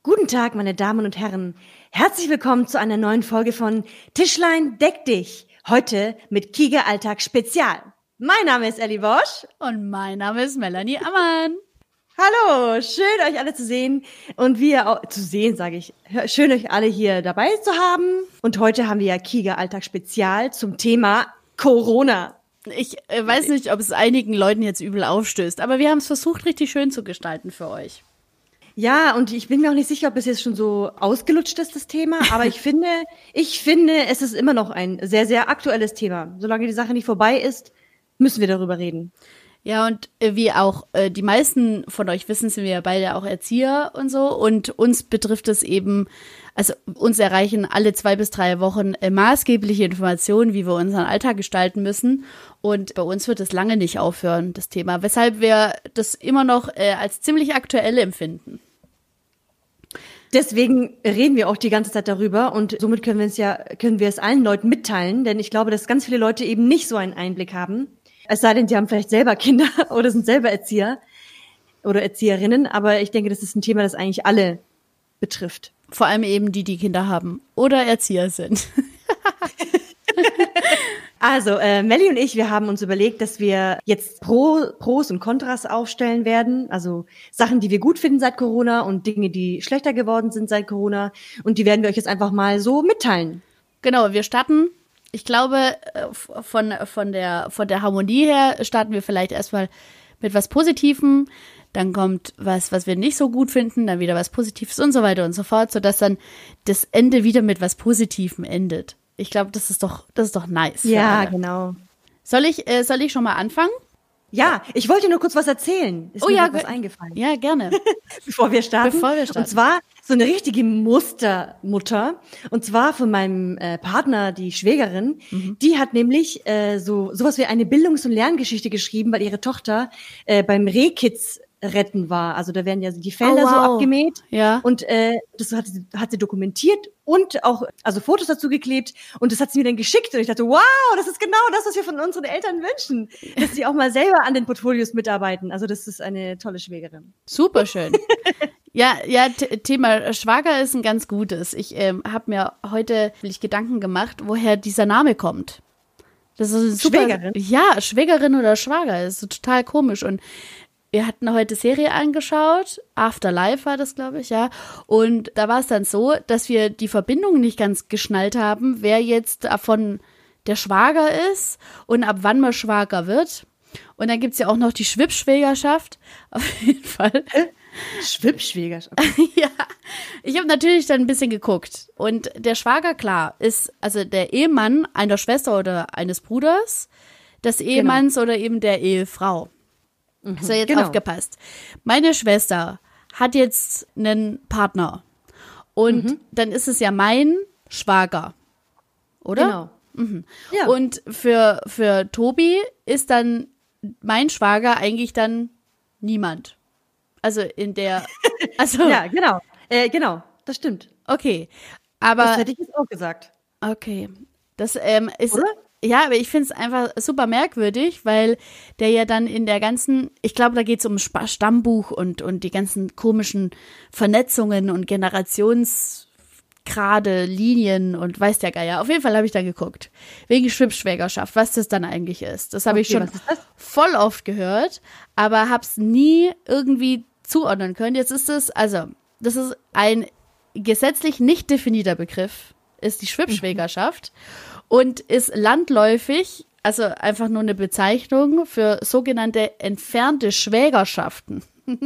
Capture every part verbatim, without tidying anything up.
Guten Tag, meine Damen und Herren. Herzlich willkommen zu einer neuen Folge von Tischlein deck dich. Heute mit Kieger Alltag Spezial. Mein Name ist Elli Bosch. Und mein Name ist Melanie Ammann. Hallo, schön euch alle zu sehen und wir auch, zu sehen, sage ich, schön euch alle hier dabei zu haben. Und heute haben wir ja Kieger Alltag Spezial zum Thema Corona. Ich äh, weiß nicht, ob es einigen Leuten jetzt übel aufstößt, aber wir haben es versucht, richtig schön zu gestalten für euch. Ja, und ich bin mir auch nicht sicher, ob es jetzt schon so ausgelutscht ist, das Thema, aber ich finde, ich finde, es ist immer noch ein sehr, sehr aktuelles Thema. Solange die Sache nicht vorbei ist, müssen wir darüber reden. Ja, und äh, wie auch äh, die meisten von euch wissen, sind wir ja beide auch Erzieher und so. Und uns betrifft es eben, also uns erreichen alle zwei bis drei Wochen äh, maßgebliche Informationen, wie wir unseren Alltag gestalten müssen. Und bei uns wird es lange nicht aufhören, das Thema. Weshalb wir das immer noch äh, als ziemlich aktuell empfinden. Deswegen reden wir auch die ganze Zeit darüber und somit können wir es ja, können wir es allen Leuten mitteilen, denn ich glaube, dass ganz viele Leute eben nicht so einen Einblick haben. Es sei denn, die haben vielleicht selber Kinder oder sind selber Erzieher oder Erzieherinnen, aber ich denke, das ist ein Thema, das eigentlich alle betrifft. Vor allem eben die, die Kinder haben oder Erzieher sind. Also, äh, Melli und ich, wir haben uns überlegt, dass wir jetzt Pro, Pros und Kontras aufstellen werden. Also Sachen, die wir gut finden seit Corona und Dinge, die schlechter geworden sind seit Corona. Und die werden wir euch jetzt einfach mal so mitteilen. Genau, wir starten, ich glaube, von, von, der, von der Harmonie her starten wir vielleicht erstmal mit was Positivem. Dann kommt was, was wir nicht so gut finden, dann wieder was Positives und so weiter und so fort, sodass dann das Ende wieder mit was Positivem endet. Ich glaube, das ist doch, das ist doch nice. Ja, genau. Soll ich, äh, soll ich schon mal anfangen? Ja, ich wollte nur kurz was erzählen. Ist oh mir ja, was eingefallen. Ja, gerne. Bevor wir starten. Bevor wir starten. Und zwar so eine richtige Mustermutter. Und zwar von meinem äh, Partner, die Schwägerin. Mhm. Die hat nämlich äh, so sowas wie eine Bildungs- und Lerngeschichte geschrieben, weil ihre Tochter äh, beim Rehkids retten war. Also da werden ja die Felder oh, wow. so abgemäht. Ja. Und äh, das hat sie, hat sie dokumentiert und auch also Fotos dazu geklebt. Und das hat sie mir dann geschickt. Und ich dachte, wow, das ist genau das, was wir von unseren Eltern wünschen. Dass sie auch mal selber an den Portfolios mitarbeiten. Also das ist eine tolle Schwägerin. Super schön. Ja, ja, t- Thema Schwager ist ein ganz gutes. Ich ähm, habe mir heute wirklich Gedanken gemacht, woher dieser Name kommt. Das ist eine super, Schwägerin? Ja, Schwägerin oder Schwager. Das ist so total komisch. Und wir hatten heute Serie angeschaut, Afterlife war das, glaube ich, ja. Und da war es dann so, dass wir die Verbindung nicht ganz geschnallt haben, wer jetzt davon der Schwager ist und ab wann man Schwager wird. Und dann gibt's ja auch noch die Schwippschwägerschaft. Auf jeden Fall. Schwippschwägerschaft? Ja, ich habe natürlich dann ein bisschen geguckt. Und der Schwager, klar, ist also der Ehemann einer Schwester oder eines Bruders, des Ehemanns genau. oder eben der Ehefrau. So, jetzt genau. aufgepasst. Meine Schwester hat jetzt einen Partner. Und mhm. dann ist es ja mein Schwager. Oder? Genau. Mhm. Ja. Und für, für Tobi ist dann mein Schwager eigentlich dann niemand. Also in der. Also, ja, genau. Äh, genau, das stimmt. Okay. Aber. Das hätte ich jetzt auch gesagt. Okay. Das ähm, ist. Oder? Ja, aber ich finde es einfach super merkwürdig, weil der ja dann in der ganzen, ich glaube, da geht es um Stammbuch und, und die ganzen komischen Vernetzungen und Generationsgrade, Linien und weiß der Geier. Auf jeden Fall habe ich da geguckt. Wegen Schwippschwägerschaft, was das dann eigentlich ist. Das habe okay, ich schon voll oft gehört, aber habe es nie irgendwie zuordnen können. Jetzt ist es, also, das ist ein gesetzlich nicht definierter Begriff, ist die Schwippschwägerschaft. Mhm. Und ist landläufig, also einfach nur eine Bezeichnung für sogenannte entfernte Schwägerschaften.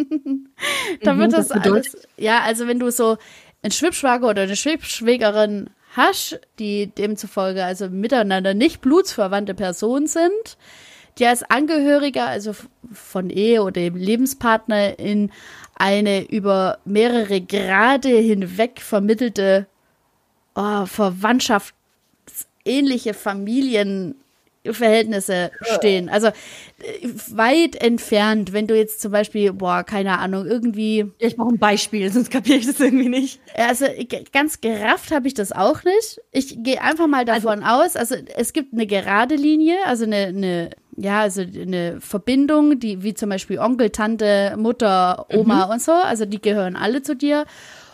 Da wird mhm, das, das alles, ja, also wenn du so einen Schwippschwager oder eine Schwippschwägerin hast, die demzufolge also miteinander nicht blutsverwandte Personen sind, die als Angehöriger, also von Ehe oder eben Lebenspartner in eine über mehrere Grade hinweg vermittelte oh, Verwandtschaft ähnliche Familienverhältnisse stehen. Also weit entfernt, wenn du jetzt zum Beispiel, boah, keine Ahnung, irgendwie. Ich brauche ein Beispiel, sonst kapiere ich das irgendwie nicht. Also ganz gerafft habe ich das auch nicht. Ich gehe einfach mal davon also, aus, also es gibt eine gerade Linie, also eine, eine, ja, also eine Verbindung, die wie zum Beispiel Onkel, Tante, Mutter, Oma mhm. und so, also die gehören alle zu dir.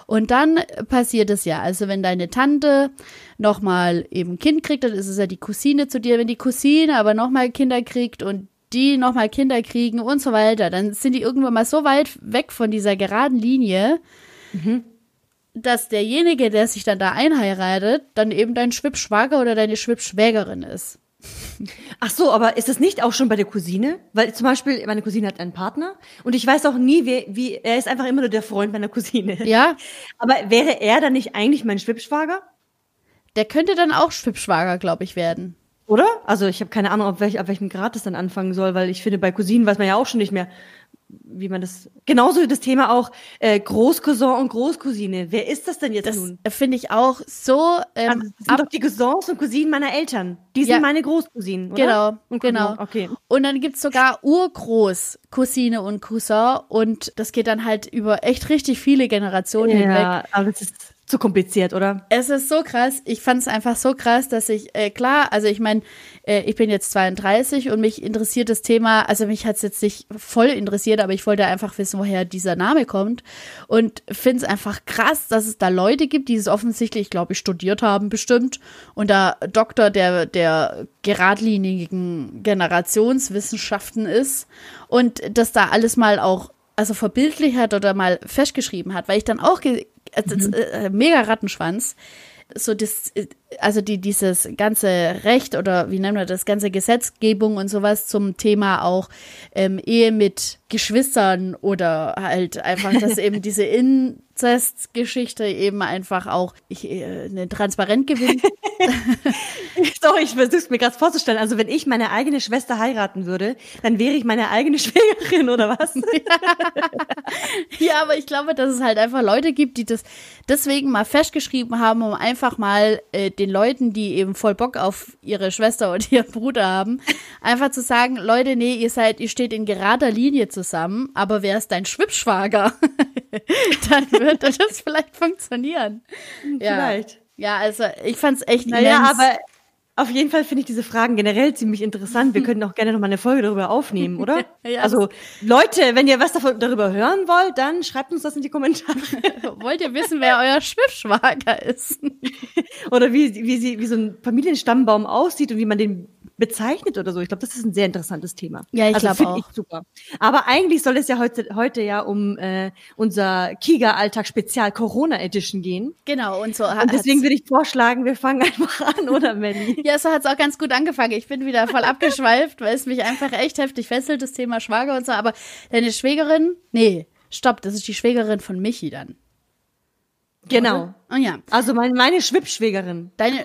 Und dann passiert es ja, also wenn deine Tante nochmal eben ein Kind kriegt, dann ist es ja die Cousine zu dir. Wenn die Cousine aber nochmal Kinder kriegt und die nochmal Kinder kriegen und so weiter, dann sind die irgendwann mal so weit weg von dieser geraden Linie, mhm. dass derjenige, der sich dann da einheiratet, dann eben dein Schwibschwager oder deine Schwibschwägerin ist. Ach so, aber ist das nicht auch schon bei der Cousine? Weil zum Beispiel, meine Cousine hat einen Partner und ich weiß auch nie, wie, wie er ist einfach immer nur der Freund meiner Cousine. Ja. Aber wäre er dann nicht eigentlich mein Schwibschwager? Der könnte dann auch Schwibschwager, glaube ich, werden. Oder? Also ich habe keine Ahnung, auf, welch, auf welchem Grad das dann anfangen soll, weil ich finde, bei Cousinen weiß man ja auch schon nicht mehr, wie man das, genauso das Thema auch äh, Großcousin und Großcousine. Wer ist das denn jetzt das nun? Das finde ich auch so. Ähm, also, das sind doch die Cousins und Cousinen meiner Eltern. Die sind ja meine Großcousinen, oder? Genau, und genau. Okay. Und dann gibt's sogar Urgroßcousine und Cousin und das geht dann halt über echt richtig viele Generationen ja, hinweg. Ja, aber das ist zu kompliziert, oder? Es ist so krass. Ich fand es einfach so krass, dass ich, äh, klar, also ich meine, äh, ich bin jetzt zweiunddreißig und mich interessiert das Thema, also mich hat es jetzt nicht voll interessiert, aber ich wollte einfach wissen, woher dieser Name kommt und finde es einfach krass, dass es da Leute gibt, die es offensichtlich, glaube ich, studiert haben bestimmt und da Doktor der, der geradlinigen Generationswissenschaften ist und das da alles mal auch also verbildlicht hat oder mal festgeschrieben hat, weil ich dann auch ge- Also, mhm. äh, mega Rattenschwanz. So das, also die, dieses ganze Recht oder wie nennen wir das, ganze Gesetzgebung und sowas zum Thema auch ähm, Ehe mit Geschwistern oder halt einfach, dass eben diese Inzestgeschichte eben einfach auch ich, äh, eine Transparent gewinnt. Sorry, ich versuche es mir gerade vorzustellen. Also wenn ich meine eigene Schwester heiraten würde, dann wäre ich meine eigene Schwägerin oder was? Ja, aber ich glaube, dass es halt einfach Leute gibt, die das deswegen mal festgeschrieben haben, um einfach mal äh, den Leuten, die eben voll Bock auf ihre Schwester oder ihren Bruder haben, einfach zu sagen, Leute, nee, ihr seid, ihr steht in gerader Linie zusammen, aber wer ist dein Schwibschwager? Dann würde das vielleicht funktionieren. Vielleicht. Ja, ja, also ich fand's echt naja, immens. Aber auf jeden Fall finde ich diese Fragen generell ziemlich interessant. Wir können auch gerne noch mal eine Folge darüber aufnehmen, oder? Ja, also Leute, wenn ihr was davon, darüber hören wollt, dann schreibt uns das in die Kommentare. Wollt ihr wissen, wer euer Schwibschwager ist? Oder wie, wie, sie, wie so ein Familienstammbaum aussieht und wie man den bezeichnet oder so. Ich glaube, das ist ein sehr interessantes Thema. Ja, ich also, glaube auch. Ich super. Aber eigentlich soll es ja heute, heute ja um äh, unser Kiga-Alltag-Spezial Corona Edition gehen. Genau. Und so. Und deswegen würde ich vorschlagen, wir fangen einfach an, oder Melli? Ja, so hat's auch ganz gut angefangen. Ich bin wieder voll abgeschweift, weil es mich einfach echt heftig fesselt, das Thema Schwager und so. Aber deine Schwägerin, nee, stopp, das ist die Schwägerin von Michi dann. Genau. Oh ja. Also meine, meine Schwibschwägerin. Deine...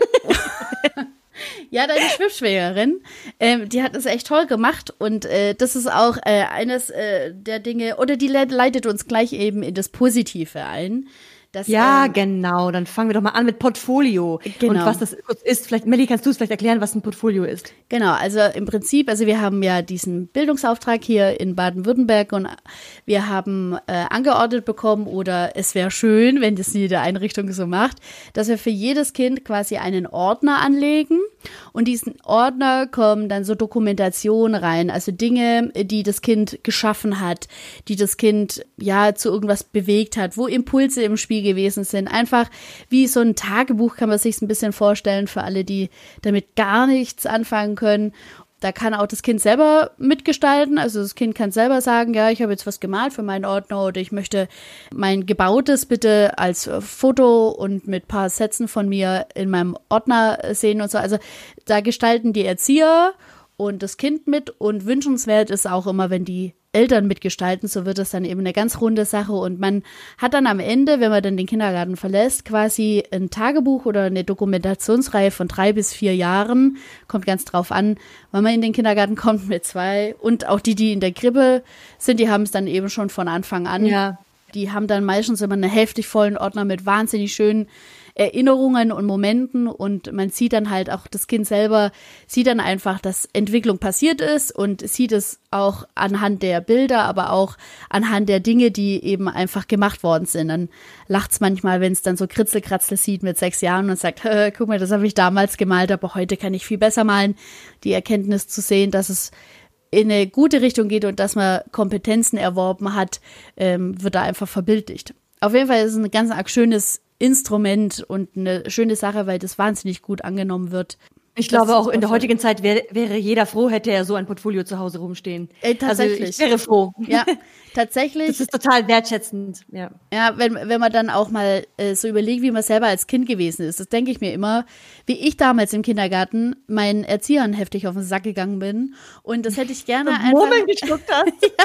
Ja, deine Schwibschwägerin, ähm, die hat es echt toll gemacht und äh, das ist auch äh, eines äh, der Dinge, oder die le- leitet uns gleich eben in das Positive ein. Das, ja, ähm, genau. Dann fangen wir doch mal an mit Portfolio. Genau. Und was das ist. Vielleicht, Melli, kannst du es vielleicht erklären, was ein Portfolio ist? Genau, also im Prinzip, also wir haben ja diesen Bildungsauftrag hier in Baden-Württemberg und wir haben äh, angeordnet bekommen, oder es wäre schön, wenn das jede Einrichtung so macht, dass wir für jedes Kind quasi einen Ordner anlegen und diesen Ordner kommen dann so Dokumentationen rein, also Dinge, die das Kind geschaffen hat, die das Kind ja zu irgendwas bewegt hat, wo Impulse im Spiel gewesen sind. Einfach wie so ein Tagebuch kann man sich ein bisschen vorstellen für alle, die damit gar nichts anfangen können. Da kann auch das Kind selber mitgestalten. Also das Kind kann selber sagen, ja, ich habe jetzt was gemalt für meinen Ordner oder ich möchte mein Gebautes bitte als Foto und mit ein paar Sätzen von mir in meinem Ordner sehen und so. Also da gestalten die Erzieher und das Kind mit, und wünschenswert ist auch immer, wenn die Eltern mitgestalten, so wird es dann eben eine ganz runde Sache und man hat dann am Ende, wenn man dann den Kindergarten verlässt, quasi ein Tagebuch oder eine Dokumentationsreihe von drei bis vier Jahren, kommt ganz drauf an, wann man in den Kindergarten kommt mit zwei, und auch die, die in der Krippe sind, die haben es dann eben schon von Anfang an. Ja. Die haben dann meistens immer einen heftig vollen Ordner mit wahnsinnig schönen Erinnerungen und Momenten, und man sieht dann halt auch, das Kind selber sieht dann einfach, dass Entwicklung passiert ist und sieht es auch anhand der Bilder, aber auch anhand der Dinge, die eben einfach gemacht worden sind. Dann lacht es manchmal, wenn es dann so Kritzelkratzel sieht mit sechs Jahren und sagt, guck mal, das habe ich damals gemalt, aber heute kann ich viel besser malen. Die Erkenntnis zu sehen, dass es in eine gute Richtung geht und dass man Kompetenzen erworben hat, ähm, wird da einfach verbildlicht. auf jeden Fall ist es ein ganz arg schönes Instrument und eine schöne Sache, weil das wahnsinnig gut angenommen wird. Ich das glaube auch in der heutigen Zeit wär, wäre jeder froh, hätte er so ein Portfolio zu Hause rumstehen. Ey, tatsächlich. Also ich wäre froh. Ja, tatsächlich. Das ist total wertschätzend. Ja, ja wenn, wenn man dann auch mal äh, so überlegt, wie man selber als Kind gewesen ist. Das denke ich mir immer, wie ich damals im Kindergarten meinen Erziehern heftig auf den Sack gegangen bin. Und das hätte ich gerne und einfach... Murmeln geschluckt hast. Ja.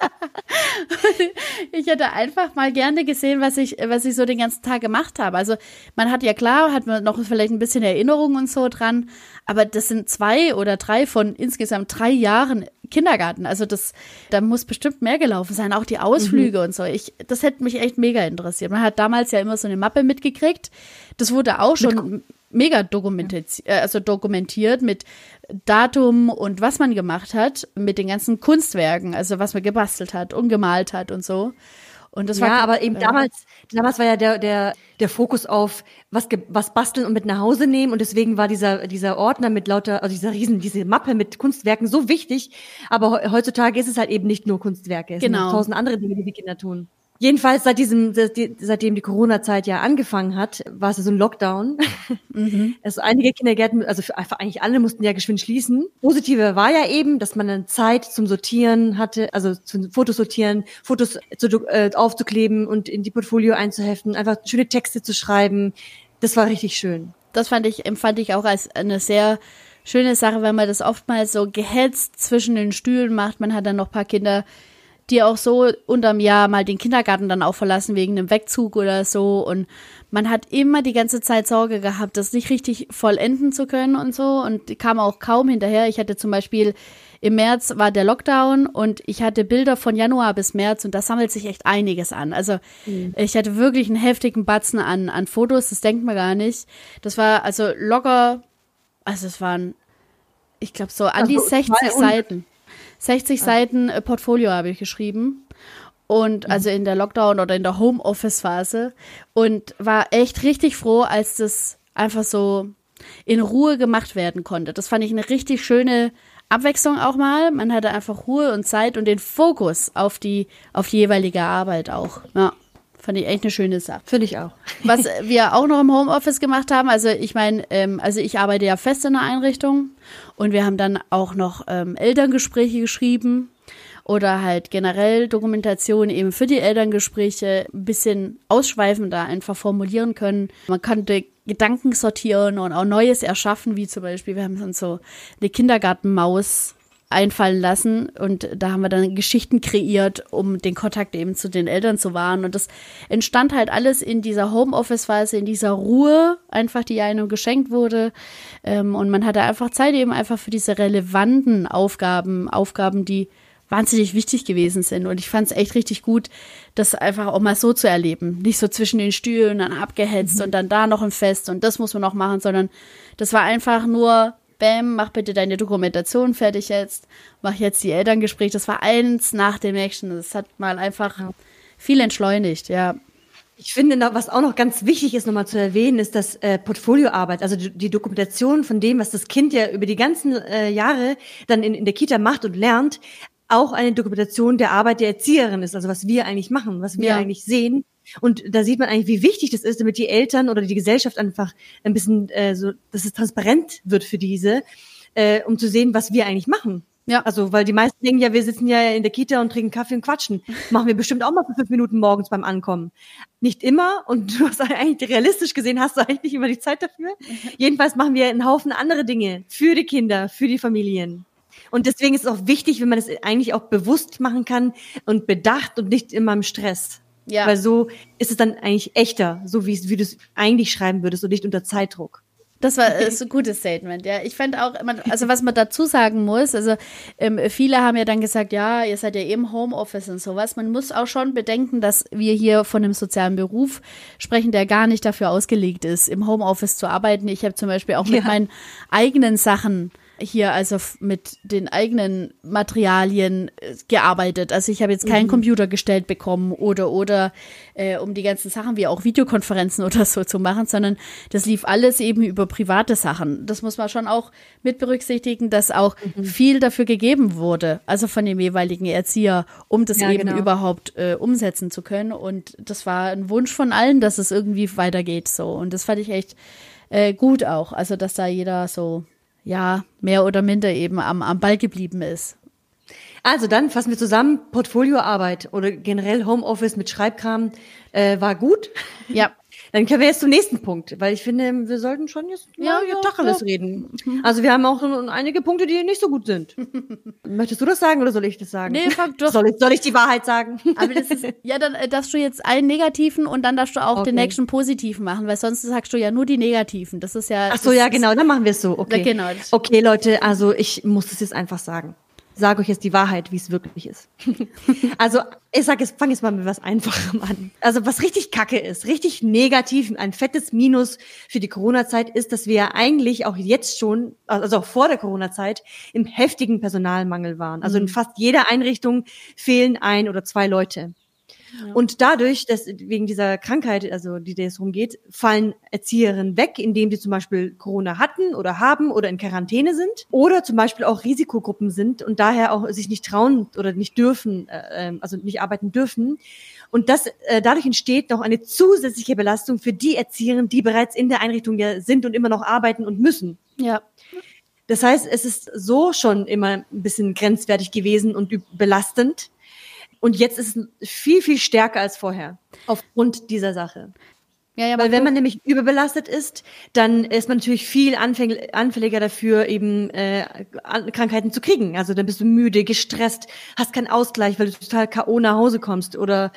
Ich hätte einfach mal gerne gesehen, was ich, was ich so den ganzen Tag gemacht habe. Also man hat ja klar, hat man noch vielleicht ein bisschen Erinnerungen und so dran, aber das sind zwei oder drei von insgesamt drei Jahren Kindergarten. Also das, da muss bestimmt mehr gelaufen sein, auch die Ausflüge mhm. und so. Ich, das hätte mich echt mega interessiert. Man hat damals ja immer so eine Mappe mitgekriegt. Das wurde auch schon mit mega dokumentiert, also dokumentiert mit Datum und was man gemacht hat, mit den ganzen Kunstwerken, also was man gebastelt hat und gemalt hat und so. Und das ja, war, aber eben äh, damals, damals war ja der, der, der Fokus auf was, was basteln und mit nach Hause nehmen. Und deswegen war dieser, dieser Ordner mit lauter, also dieser riesen, diese Mappe mit Kunstwerken so wichtig. Aber heutzutage ist es halt eben nicht nur Kunstwerke. Es genau. sind noch tausend andere Dinge, die die Kinder tun. Jedenfalls seit diesem, seitdem die Corona-Zeit ja angefangen hat, war es so ein Lockdown. Mhm. Also einige Kindergärten, also für, für eigentlich alle mussten ja geschwind schließen. Positive war ja eben, dass man dann Zeit zum Sortieren hatte, also zum Fotos sortieren, Fotos zu, äh, aufzukleben und in die Portfolio einzuheften, einfach schöne Texte zu schreiben. Das war richtig schön. Das fand ich, empfand ich auch als eine sehr schöne Sache, weil man das oftmals so gehetzt zwischen den Stühlen macht. Man hat dann noch ein paar Kinder, die auch so unterm Jahr mal den Kindergarten dann auch verlassen wegen einem Wegzug oder so. Und man hat immer die ganze Zeit Sorge gehabt, das nicht richtig vollenden zu können und so. Und die kam auch kaum hinterher. Ich hatte zum Beispiel im März war der Lockdown und ich hatte Bilder von Januar bis März und da sammelt sich echt einiges an. Also mhm. ich hatte wirklich einen heftigen Batzen an, an Fotos, das denkt man gar nicht. Das war also locker, also es waren, ich glaube so an die also, sechzig Seiten. sechzig okay. Seiten äh, Portfolio habe ich geschrieben und mhm. also in der Lockdown- oder in der Homeoffice-Phase und war echt richtig froh, als das einfach so in Ruhe gemacht werden konnte. Das fand ich eine richtig schöne Abwechslung auch mal. Man hatte einfach Ruhe und Zeit und den Fokus auf die, auf die jeweilige Arbeit auch. Ja, fand ich echt eine schöne Sache. Finde ich auch. Was wir auch noch im Homeoffice gemacht haben, also ich meine, ähm, also ich arbeite ja fest in der Einrichtung und wir haben dann auch noch ähm, Elterngespräche geschrieben oder halt generell Dokumentation eben für die Elterngespräche ein bisschen ausschweifender einfach formulieren können. Man konnte Gedanken sortieren und auch Neues erschaffen, wie zum Beispiel, wir haben uns so eine Kindergartenmaus einfallen lassen und da haben wir dann Geschichten kreiert, um den Kontakt eben zu den Eltern zu wahren und das entstand halt alles in dieser Homeoffice-Phase, in dieser Ruhe einfach, die einem geschenkt wurde und man hatte einfach Zeit eben einfach für diese relevanten Aufgaben, Aufgaben, die wahnsinnig wichtig gewesen sind und ich fand es echt richtig gut, das einfach auch mal so zu erleben, nicht so zwischen den Stühlen, dann abgehetzt mhm. und dann da noch ein Fest und das muss man noch machen, sondern das war einfach nur Bäm, mach bitte deine Dokumentation fertig jetzt, mach jetzt die Elterngespräche. Das war eins nach dem nächsten. Das hat mal einfach viel entschleunigt, ja. Ich finde, was auch noch ganz wichtig ist, nochmal zu erwähnen, ist, dass äh, Portfolioarbeit, also die, die Dokumentation von dem, was das Kind ja über die ganzen äh, Jahre dann in, in der Kita macht und lernt, auch eine Dokumentation der Arbeit der Erzieherin ist, also was wir eigentlich machen, was wir ja. eigentlich sehen. Und da sieht man eigentlich, wie wichtig das ist, damit die Eltern oder die Gesellschaft einfach ein bisschen äh, so, dass es transparent wird für diese, äh, um zu sehen, was wir eigentlich machen. Ja. Also, weil die meisten denken ja, wir sitzen ja in der Kita und trinken Kaffee und quatschen. Machen wir bestimmt auch mal für fünf Minuten morgens beim Ankommen. Nicht immer. Und du hast eigentlich realistisch gesehen, hast du eigentlich nicht immer die Zeit dafür. Jedenfalls machen wir einen Haufen andere Dinge für die Kinder, für die Familien. Und deswegen ist es auch wichtig, wenn man das eigentlich auch bewusst machen kann und bedacht und nicht immer im Stress. Ja. Weil so ist es dann eigentlich echter, so wie, wie du es eigentlich schreiben würdest und nicht unter Zeitdruck. Das war das ist ein gutes Statement, ja. Ich fand auch, also was man dazu sagen muss, also ähm, viele haben ja dann gesagt, ja, ihr seid ja eben Homeoffice und sowas. Man muss auch schon bedenken, dass wir hier von einem sozialen Beruf sprechen, der gar nicht dafür ausgelegt ist, im Homeoffice zu arbeiten. Ich habe zum Beispiel auch mit ja. meinen eigenen Sachen hier also f- mit den eigenen Materialien äh, gearbeitet. Also ich habe jetzt keinen mhm. Computer gestellt bekommen oder oder äh, um die ganzen Sachen wie auch Videokonferenzen oder so zu machen, sondern das lief alles eben über private Sachen. Das muss man schon auch mit berücksichtigen, dass auch mhm. viel dafür gegeben wurde, also von dem jeweiligen Erzieher, um das ja, eben genau. überhaupt äh, umsetzen zu können. Und das war ein Wunsch von allen, dass es irgendwie weitergeht so. Und das fand ich echt äh, gut auch. Also dass da jeder so ja, mehr oder minder eben am, am Ball geblieben ist. Also dann fassen wir zusammen, Portfolioarbeit oder generell Homeoffice mit Schreibkram äh, war gut. Ja. Dann können wir jetzt zum nächsten Punkt, weil ich finde, wir sollten schon jetzt ja, mal ja, Tacheles ja. reden. Also wir haben auch einige Punkte, die nicht so gut sind. Möchtest du das sagen oder soll ich das sagen? Nee, fang doch. Soll ich, soll ich die Wahrheit sagen? Aber das ist, ja, dann äh, darfst du jetzt einen negativen und dann darfst du auch okay. den nächsten positiven machen, weil sonst sagst du ja nur die negativen. Das ist ja. Ach so, ja, genau, dann machen wir es so. Okay. Genau. Okay, Leute, also ich muss es jetzt einfach sagen. Sage euch jetzt die Wahrheit, wie es wirklich ist. Also, ich sag jetzt, fang jetzt mal mit was Einfachem an. Also, was richtig kacke ist, richtig negativ, ein fettes Minus für die Corona-Zeit ist, dass wir ja eigentlich auch jetzt schon, also auch vor der Corona-Zeit, im heftigen Personalmangel waren. Also in fast jeder Einrichtung fehlen ein oder zwei Leute. Ja. Und dadurch, dass wegen dieser Krankheit, also die es rumgeht, fallen Erzieherinnen weg, indem sie zum Beispiel Corona hatten oder haben oder in Quarantäne sind oder zum Beispiel auch Risikogruppen sind und daher auch sich nicht trauen oder nicht dürfen, äh, also nicht arbeiten dürfen. Und das äh, dadurch entsteht noch eine zusätzliche Belastung für die Erzieherinnen, die bereits in der Einrichtung ja sind und immer noch arbeiten und müssen. Ja. Das heißt, es ist so schon immer ein bisschen grenzwertig gewesen und belastend. Und jetzt ist es viel, viel stärker als vorher, aufgrund dieser Sache. Ja, ja, weil wenn man nämlich überbelastet ist, dann ist man natürlich viel anfäng- anfälliger dafür, eben äh, Krankheiten zu kriegen. Also dann bist du müde, gestresst, hast keinen Ausgleich, weil du total K O nach Hause kommst oder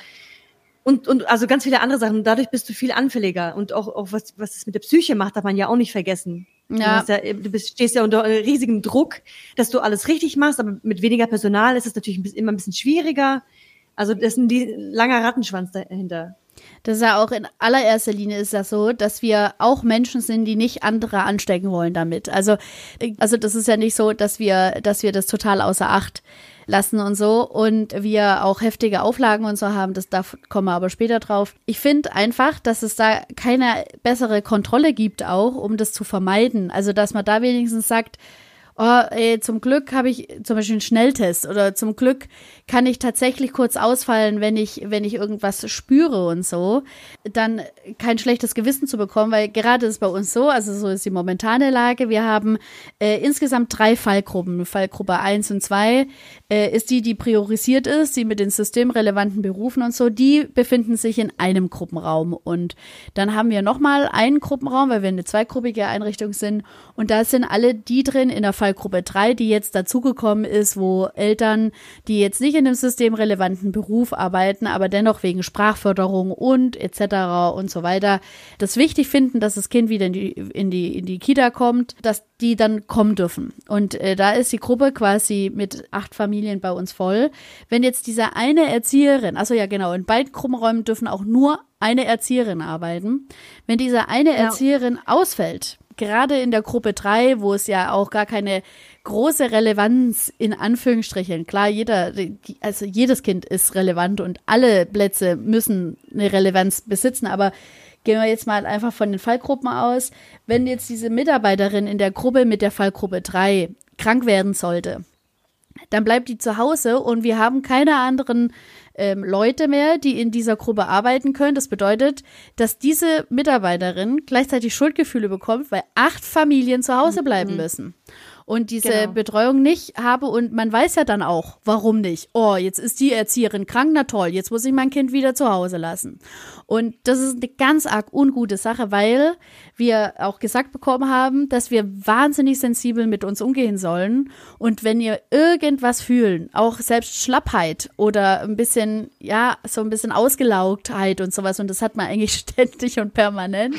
und und also ganz viele andere Sachen. Dadurch bist du viel anfälliger und auch auch was was es mit der Psyche macht, darf man ja auch nicht vergessen. Ja. Du, hast ja, du bist, stehst ja unter riesigem Druck, dass du alles richtig machst, aber mit weniger Personal ist es natürlich ein bisschen, immer ein bisschen schwieriger. Also das ist ein langer Rattenschwanz dahinter. Das ist ja auch in allererster Linie ist das so, dass wir auch Menschen sind, die nicht andere anstecken wollen damit. Also, also das ist ja nicht so, dass wir, dass wir das total außer Acht lassen und so und wir auch heftige Auflagen und so haben, das da kommen wir aber später drauf. Ich finde einfach, dass es da keine bessere Kontrolle gibt auch, um das zu vermeiden. Also, dass man da wenigstens sagt, oh, ey, zum Glück habe ich zum Beispiel einen Schnelltest oder zum Glück kann ich tatsächlich kurz ausfallen, wenn ich, wenn ich irgendwas spüre und so, dann kein schlechtes Gewissen zu bekommen, weil gerade ist es bei uns so, also so ist die momentane Lage, wir haben äh, insgesamt drei Fallgruppen, Fallgruppe eins und zwei äh, ist die, die priorisiert ist, die mit den systemrelevanten Berufen und so, die befinden sich in einem Gruppenraum und dann haben wir nochmal einen Gruppenraum, weil wir eine zweigruppige Einrichtung sind und da sind alle die drin in der Fallgruppe drei, die jetzt dazugekommen ist, wo Eltern, die jetzt nicht in einem systemrelevanten Beruf arbeiten, aber dennoch wegen Sprachförderung und et cetera und so weiter, das wichtig finden, dass das Kind wieder in die, in die, in die Kita kommt, dass die dann kommen dürfen. Und äh, da ist die Gruppe quasi mit acht Familien bei uns voll. Wenn jetzt diese eine Erzieherin, also ja genau, in beiden Gruppenräumen dürfen auch nur eine Erzieherin arbeiten. Wenn diese eine ja. Erzieherin ausfällt, gerade in der Gruppe drei, wo es ja auch gar keine große Relevanz in Anführungsstrichen, klar, jeder, also jedes Kind ist relevant und alle Plätze müssen eine Relevanz besitzen, aber gehen wir jetzt mal einfach von den Fallgruppen aus. Wenn jetzt diese Mitarbeiterin in der Gruppe mit der Fallgruppe drei krank werden sollte, dann bleibt die zu Hause und wir haben keine anderen ähm, Leute mehr, die in dieser Gruppe arbeiten können. Das bedeutet, dass diese Mitarbeiterin gleichzeitig Schuldgefühle bekommt, weil acht Familien zu Hause bleiben mhm. müssen. Und diese genau. Betreuung nicht habe und man weiß ja dann auch, warum nicht. Oh, jetzt ist die Erzieherin krank, na toll, jetzt muss ich mein Kind wieder zu Hause lassen. Und das ist eine ganz arg ungute Sache, weil wir auch gesagt bekommen haben, dass wir wahnsinnig sensibel mit uns umgehen sollen. Und wenn ihr irgendwas fühlen, auch selbst Schlappheit oder ein bisschen, ja, so ein bisschen Ausgelaugtheit und sowas, und das hat man eigentlich ständig und permanent,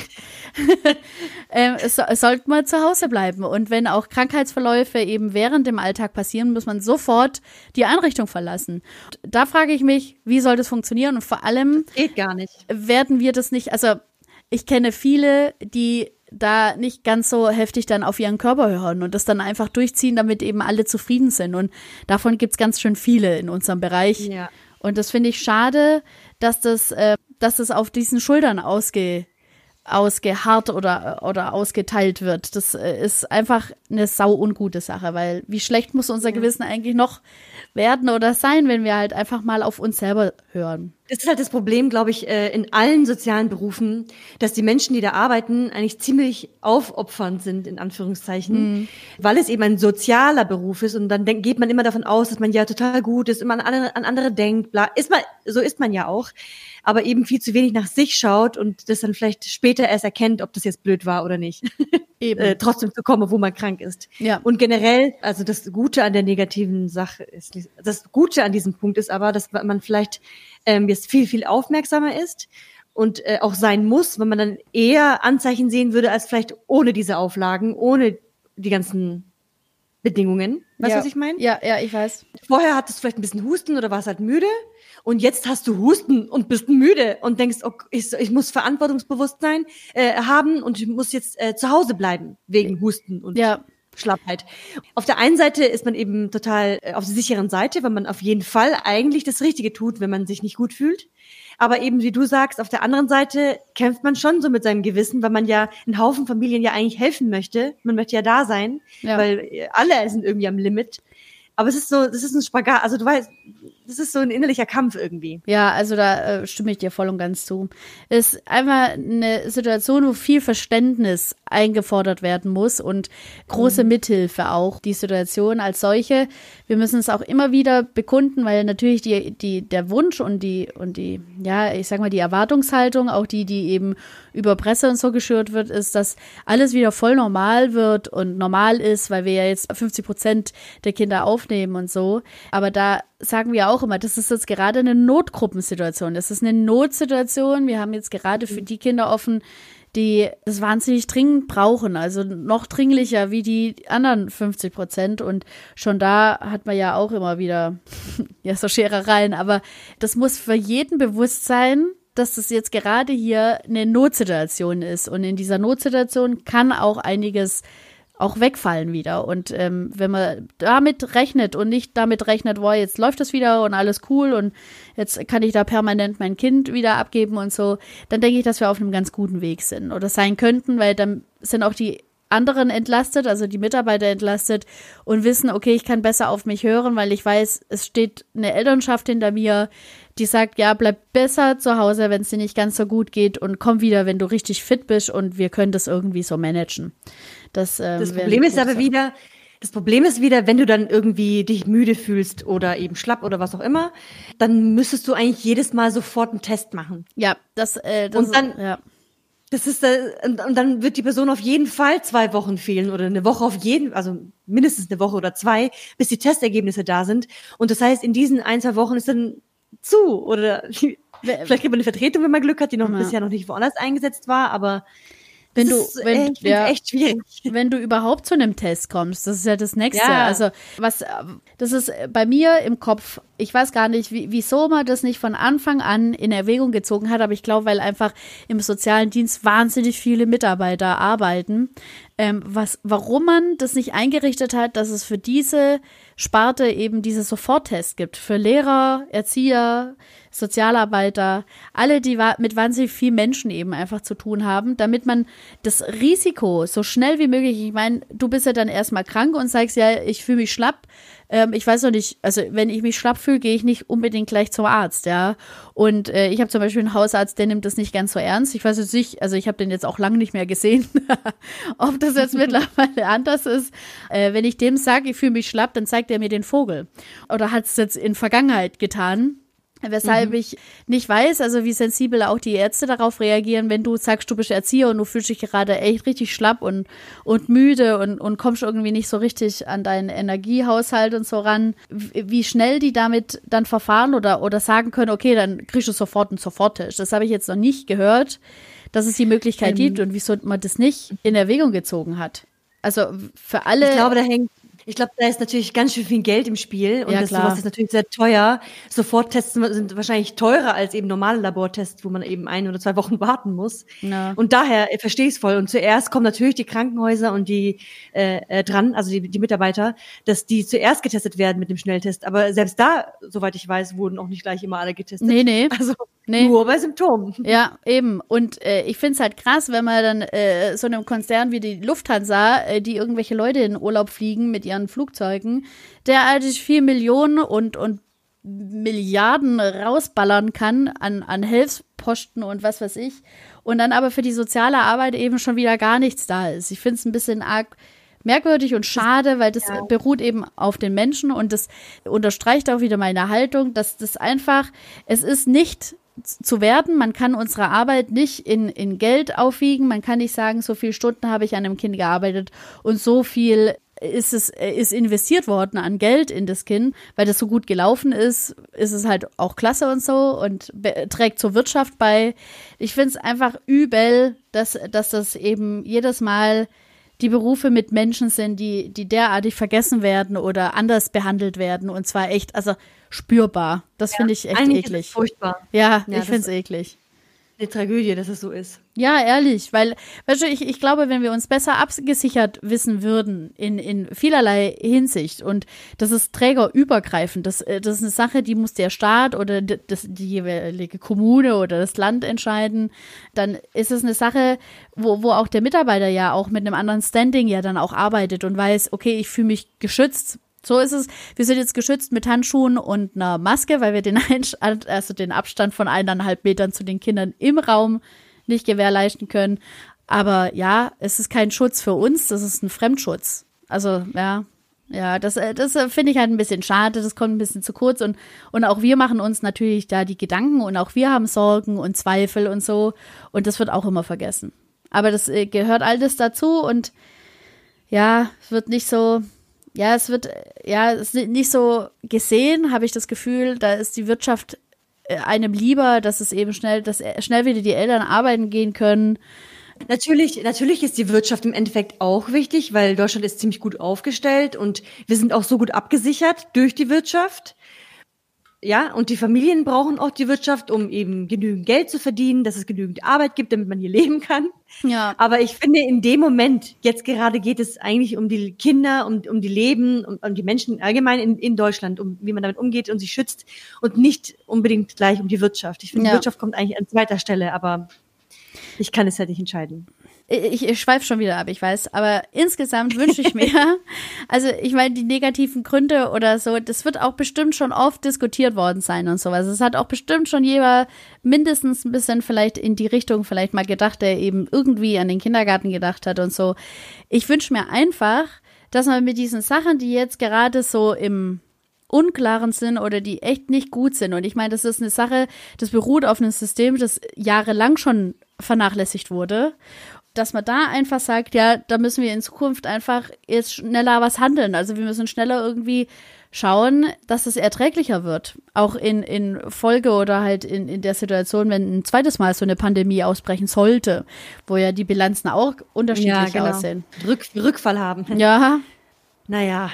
ähm, so, sollte man zu Hause bleiben. Und wenn auch Krankheitsverläufe eben während dem Alltag passieren, muss man sofort die Einrichtung verlassen. Da frage ich mich, wie soll das funktionieren? Und vor allem das geht gar nicht. Werden wir das nicht, also ich kenne viele, die da nicht ganz so heftig dann auf ihren Körper hören und das dann einfach durchziehen, damit eben alle zufrieden sind. Und davon gibt's ganz schön viele in unserem Bereich. Ja. Und das finde ich schade, dass das, äh, dass das auf diesen Schultern ausge, ausgeharrt oder, oder ausgeteilt wird. Das äh, ist einfach eine sau ungute Sache, weil wie schlecht muss unser Gewissen eigentlich noch werden oder sein, wenn wir halt einfach mal auf uns selber hören. Das ist halt das Problem, glaube ich, in allen sozialen Berufen, dass die Menschen, die da arbeiten, eigentlich ziemlich aufopfernd sind, in Anführungszeichen, mhm. weil es eben ein sozialer Beruf ist und dann denk, geht man immer davon aus, dass man ja total gut ist, immer an andere, an andere denkt, bla. Ist man, so ist man ja auch, aber eben viel zu wenig nach sich schaut und das dann vielleicht später erst erkennt, ob das jetzt blöd war oder nicht. Eben. äh, trotzdem zu kommen, wo man krank ist. Ja. Und generell, also das Gute an der negativen Sache ist, das Gute an diesem Punkt ist aber, dass man vielleicht ähm, jetzt viel, viel aufmerksamer ist und äh, auch sein muss, wenn man dann eher Anzeichen sehen würde, als vielleicht ohne diese Auflagen, ohne die ganzen Bedingungen. Weißt du, ja. was ich meine? Ja, ja, ich weiß. Vorher hattest du vielleicht ein bisschen Husten oder warst halt müde und jetzt hast du Husten und bist müde und denkst, okay, ich, ich muss Verantwortungsbewusstsein äh, haben und ich muss jetzt äh, zu Hause bleiben wegen Husten und ja. Schlappheit. Auf der einen Seite ist man eben total äh, auf der sicheren Seite, weil man auf jeden Fall eigentlich das Richtige tut, wenn man sich nicht gut fühlt. Aber eben, wie du sagst, auf der anderen Seite kämpft man schon so mit seinem Gewissen, weil man ja einen Haufen Familien ja eigentlich helfen möchte. Man möchte ja da sein, ja. weil alle sind irgendwie am Limit. Aber es ist so, das ist ein Spagat, also du weißt, das ist so ein innerlicher Kampf irgendwie. Ja, also da äh, stimme ich dir voll und ganz zu. Es ist einfach eine Situation, wo viel Verständnis eingefordert werden muss und große mhm. Mithilfe auch, die Situation als solche. Wir müssen es auch immer wieder bekunden, weil natürlich die, die, der Wunsch und die, und die, ja, ich sag mal, die Erwartungshaltung, auch die, die eben über Presse und so geschürt wird, ist, dass alles wieder voll normal wird und normal ist, weil wir ja jetzt fünfzig Prozent der Kinder aufnehmen und so. Aber da sagen wir auch immer, das ist jetzt gerade eine Notgruppensituation. Das ist eine Notsituation. Wir haben jetzt gerade für die Kinder offen, die das wahnsinnig dringend brauchen, also noch dringlicher wie die anderen fünfzig Prozent. Und schon da hat man ja auch immer wieder ja so Scherereien. Aber das muss für jeden bewusst sein, dass das jetzt gerade hier eine Notsituation ist. Und in dieser Notsituation kann auch einiges auch wegfallen wieder. Und ähm, wenn man damit rechnet und nicht damit rechnet, boah, jetzt läuft das wieder und alles cool und jetzt kann ich da permanent mein Kind wieder abgeben und so, dann denke ich, dass wir auf einem ganz guten Weg sind oder sein könnten, weil dann sind auch die anderen entlastet, also die Mitarbeiter entlastet und wissen, okay, ich kann besser auf mich hören, weil ich weiß, es steht eine Elternschaft hinter mir, die sagt, ja, bleib besser zu Hause, wenn es dir nicht ganz so gut geht und komm wieder, wenn du richtig fit bist und wir können das irgendwie so managen. Das, ähm, das Problem ist aber wieder, das Problem ist wieder, wenn du dann irgendwie dich müde fühlst oder eben schlapp oder was auch immer, dann müsstest du eigentlich jedes Mal sofort einen Test machen. Ja, das, äh, das und dann, ist, ja. Das ist, äh, und, und dann wird die Person auf jeden Fall zwei Wochen fehlen oder eine Woche auf jeden, also mindestens eine Woche oder zwei, bis die Testergebnisse da sind. Und das heißt, in diesen ein, zwei Wochen ist dann zu oder vielleicht kriegt man eine Vertretung, wenn man Glück hat, die noch ja. bisher noch nicht woanders eingesetzt war, aber wenn du, ist, wenn, ich ja, echt schwierig. Wenn du überhaupt zu einem Test kommst, das ist ja das Nächste. Ja. Also, was, das ist bei mir im Kopf, ich weiß gar nicht, wie, wieso man das nicht von Anfang an in Erwägung gezogen hat, aber ich glaube, weil einfach im sozialen Dienst wahnsinnig viele Mitarbeiter arbeiten, ähm, was, warum man das nicht eingerichtet hat, dass es für diese Sparte eben diese Soforttest gibt. Für Lehrer, Erzieher, Sozialarbeiter, alle, die wa- mit wahnsinnig vielen Menschen eben einfach zu tun haben, damit man das Risiko so schnell wie möglich, ich meine, du bist ja dann erstmal krank und sagst ja, ich fühle mich schlapp. Ähm, ich weiß noch nicht, also wenn ich mich schlapp fühle, gehe ich nicht unbedingt gleich zum Arzt, ja. Und äh, ich habe zum Beispiel einen Hausarzt, der nimmt das nicht ganz so ernst. Ich weiß jetzt nicht, also ich habe den jetzt auch lange nicht mehr gesehen, ob das jetzt mittlerweile anders ist. Äh, wenn ich dem sage, ich fühle mich schlapp, dann zeigt er mir den Vogel. Oder hat es jetzt in Vergangenheit getan. Weshalb mhm. ich nicht weiß, also wie sensibel auch die Ärzte darauf reagieren, wenn du sagst, du bist Erzieher und du fühlst dich gerade echt richtig schlapp und, und müde und, und kommst irgendwie nicht so richtig an deinen Energiehaushalt und so ran, wie schnell die damit dann verfahren oder, oder sagen können, okay, dann kriegst du sofort einen Soforttest. Das habe ich jetzt noch nicht gehört, dass es die Möglichkeit ähm. gibt und wieso man das nicht in Erwägung gezogen hat. Also für alle. Ich glaube, da hängt Ich glaube, da ist natürlich ganz schön viel Geld im Spiel und ja, das klar. sowas ist natürlich sehr teuer. Soforttests sind wahrscheinlich teurer als eben normale Labortests, wo man eben ein oder zwei Wochen warten muss. Ja. Und daher äh, verstehe ich es voll. Und zuerst kommen natürlich die Krankenhäuser und die äh, äh, dran, also die, die Mitarbeiter, dass die zuerst getestet werden mit dem Schnelltest. Aber selbst da, soweit ich weiß, wurden auch nicht gleich immer alle getestet. Nee, nee. Also nee. nur bei Symptomen. Ja, eben. Und äh, ich finde es halt krass, wenn man dann äh, so einem Konzern wie die Lufthansa, äh, die irgendwelche Leute in Urlaub fliegen mit ihren Flugzeugen, derartig viel Millionen und, und Milliarden rausballern kann an, an Hilfsposten und was weiß ich. Und dann aber für die soziale Arbeit eben schon wieder gar nichts da ist. Ich finde es ein bisschen arg merkwürdig und schade, weil das ja. beruht eben auf den Menschen und das unterstreicht auch wieder meine Haltung, dass das einfach, es ist nicht zu werten, man kann unsere Arbeit nicht in, in Geld aufwiegen, man kann nicht sagen, so viele Stunden habe ich an einem Kind gearbeitet und so viel ist es ist investiert worden an Geld in das Kind, weil das so gut gelaufen ist, ist es halt auch klasse und so und be- trägt zur Wirtschaft bei. Ich finde es einfach übel, dass, dass das eben jedes Mal die Berufe mit Menschen sind, die, die derartig vergessen werden oder anders behandelt werden und zwar echt, also spürbar. Das ja, finde ich echt eklig. Ist es furchtbar. Ja, ja ich finde es eklig. Eine Tragödie, dass es so ist. Ja, ehrlich, weil, weißt du, ich, ich glaube, wenn wir uns besser abgesichert wissen würden in, in vielerlei Hinsicht und das ist trägerübergreifend, das, das ist eine Sache, die muss der Staat oder das, die jeweilige Kommune oder das Land entscheiden, dann ist es eine Sache, wo, wo auch der Mitarbeiter ja auch mit einem anderen Standing ja dann auch arbeitet und weiß, okay, ich fühle mich geschützt. So ist es. Wir sind jetzt geschützt mit Handschuhen und einer Maske, weil wir den, Einstand, also den Abstand von eineinhalb Metern zu den Kindern im Raum nicht gewährleisten können. Aber ja, es ist kein Schutz für uns, das ist ein Fremdschutz. Also ja, ja, das, das finde ich halt ein bisschen schade, das kommt ein bisschen zu kurz. Und, und auch wir machen uns natürlich da die Gedanken und auch wir haben Sorgen und Zweifel und so. Und das wird auch immer vergessen. Aber das gehört alles dazu und ja, es wird nicht so... Ja, es wird, ja, es ist nicht so gesehen, habe ich das Gefühl, da ist die Wirtschaft einem lieber, dass es eben schnell, dass schnell wieder die Eltern arbeiten gehen können. Natürlich, natürlich ist die Wirtschaft im Endeffekt auch wichtig, weil Deutschland ist ziemlich gut aufgestellt und wir sind auch so gut abgesichert durch die Wirtschaft. Ja, und die Familien brauchen auch die Wirtschaft, um eben genügend Geld zu verdienen, dass es genügend Arbeit gibt, damit man hier leben kann. Ja. Aber ich finde, in dem Moment, jetzt gerade geht es eigentlich um die Kinder, um, um die Leben, um, um die Menschen allgemein in, in Deutschland, um wie man damit umgeht und sie schützt und nicht unbedingt gleich um die Wirtschaft. Ich finde, ja. die Wirtschaft kommt eigentlich an zweiter Stelle, aber ich kann es halt nicht entscheiden. Ich, ich schweife schon wieder ab, ich weiß, aber insgesamt wünsche ich mir, also ich meine, die negativen Gründe oder so, das wird auch bestimmt schon oft diskutiert worden sein und sowas. Es hat auch bestimmt schon jeder mindestens ein bisschen vielleicht in die Richtung vielleicht mal gedacht, der eben irgendwie an den Kindergarten gedacht hat und so. Ich wünsche mir einfach, dass man mit diesen Sachen, die jetzt gerade so im Unklaren sind oder die echt nicht gut sind. Und ich meine, das ist eine Sache, das beruht auf einem System, das jahrelang schon vernachlässigt wurde. Dass man da einfach sagt, ja, da müssen wir in Zukunft einfach jetzt schneller was handeln. Also wir müssen schneller irgendwie schauen, dass es erträglicher wird. Auch in, in Folge oder halt in, in der Situation, wenn ein zweites Mal so eine Pandemie ausbrechen sollte, wo ja die Bilanzen auch unterschiedlich ja, genau. aussehen. Rück, Rückfall haben. Ja. Naja.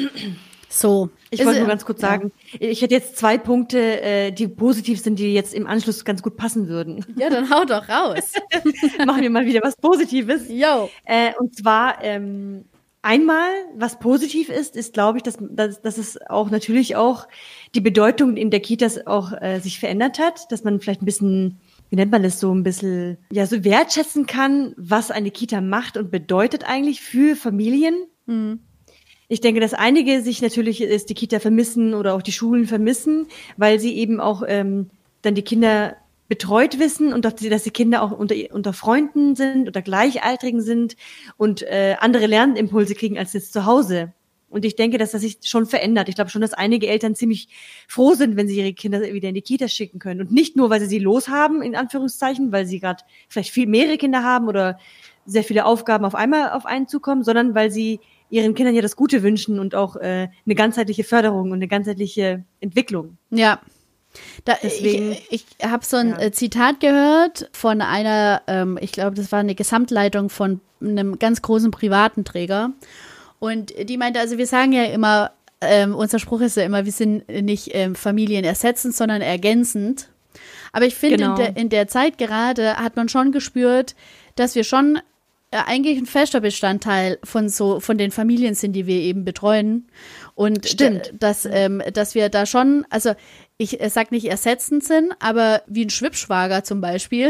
So. Ich wollte nur ganz kurz sagen, ja. ich hätte jetzt zwei Punkte, äh, die positiv sind, die jetzt im Anschluss ganz gut passen würden. Ja, dann hau doch raus. Machen wir mal wieder was Positives. Jo. Äh, und zwar ähm, einmal, was positiv ist, ist, glaube ich, dass, dass, dass es auch natürlich auch die Bedeutung in der Kitas auch äh, sich verändert hat, dass man vielleicht ein bisschen, wie nennt man das so, ein bisschen ja so wertschätzen kann, was eine Kita macht und bedeutet eigentlich für Familien. Mhm. Ich denke, dass einige sich natürlich ist die Kita vermissen oder auch die Schulen vermissen, weil sie eben auch ähm, dann die Kinder betreut wissen und dass die, dass die Kinder auch unter, unter Freunden sind, unter Gleichaltrigen sind und äh, andere Lernimpulse kriegen als jetzt zu Hause. Und ich denke, dass das sich schon verändert. Ich glaube schon, dass einige Eltern ziemlich froh sind, wenn sie ihre Kinder wieder in die Kita schicken können. Und nicht nur, weil sie sie loshaben, in Anführungszeichen, weil sie gerade vielleicht viel mehrere Kinder haben oder sehr viele Aufgaben auf einmal auf einen zukommen, sondern weil sie ihren Kindern ja das Gute wünschen und auch äh, eine ganzheitliche Förderung und eine ganzheitliche Entwicklung. Ja. Da, Deswegen, ich ich habe so ein ja. Zitat gehört von einer, ähm, ich glaube, das war eine Gesamtleitung von einem ganz großen privaten Träger. Und die meinte, also wir sagen ja immer, ähm, unser Spruch ist ja immer, wir sind nicht ähm, Familien ersetzend, sondern ergänzend. Aber ich finde, genau. in, der, in der Zeit gerade hat man schon gespürt, dass wir schon äh, eigentlich ein fester Bestandteil von so von den Familien sind, die wir eben betreuen. Und Stimmt. D- dass, ähm, dass wir da schon, also ich äh, sag nicht ersetzend sind, aber wie ein Schwippschwager zum Beispiel,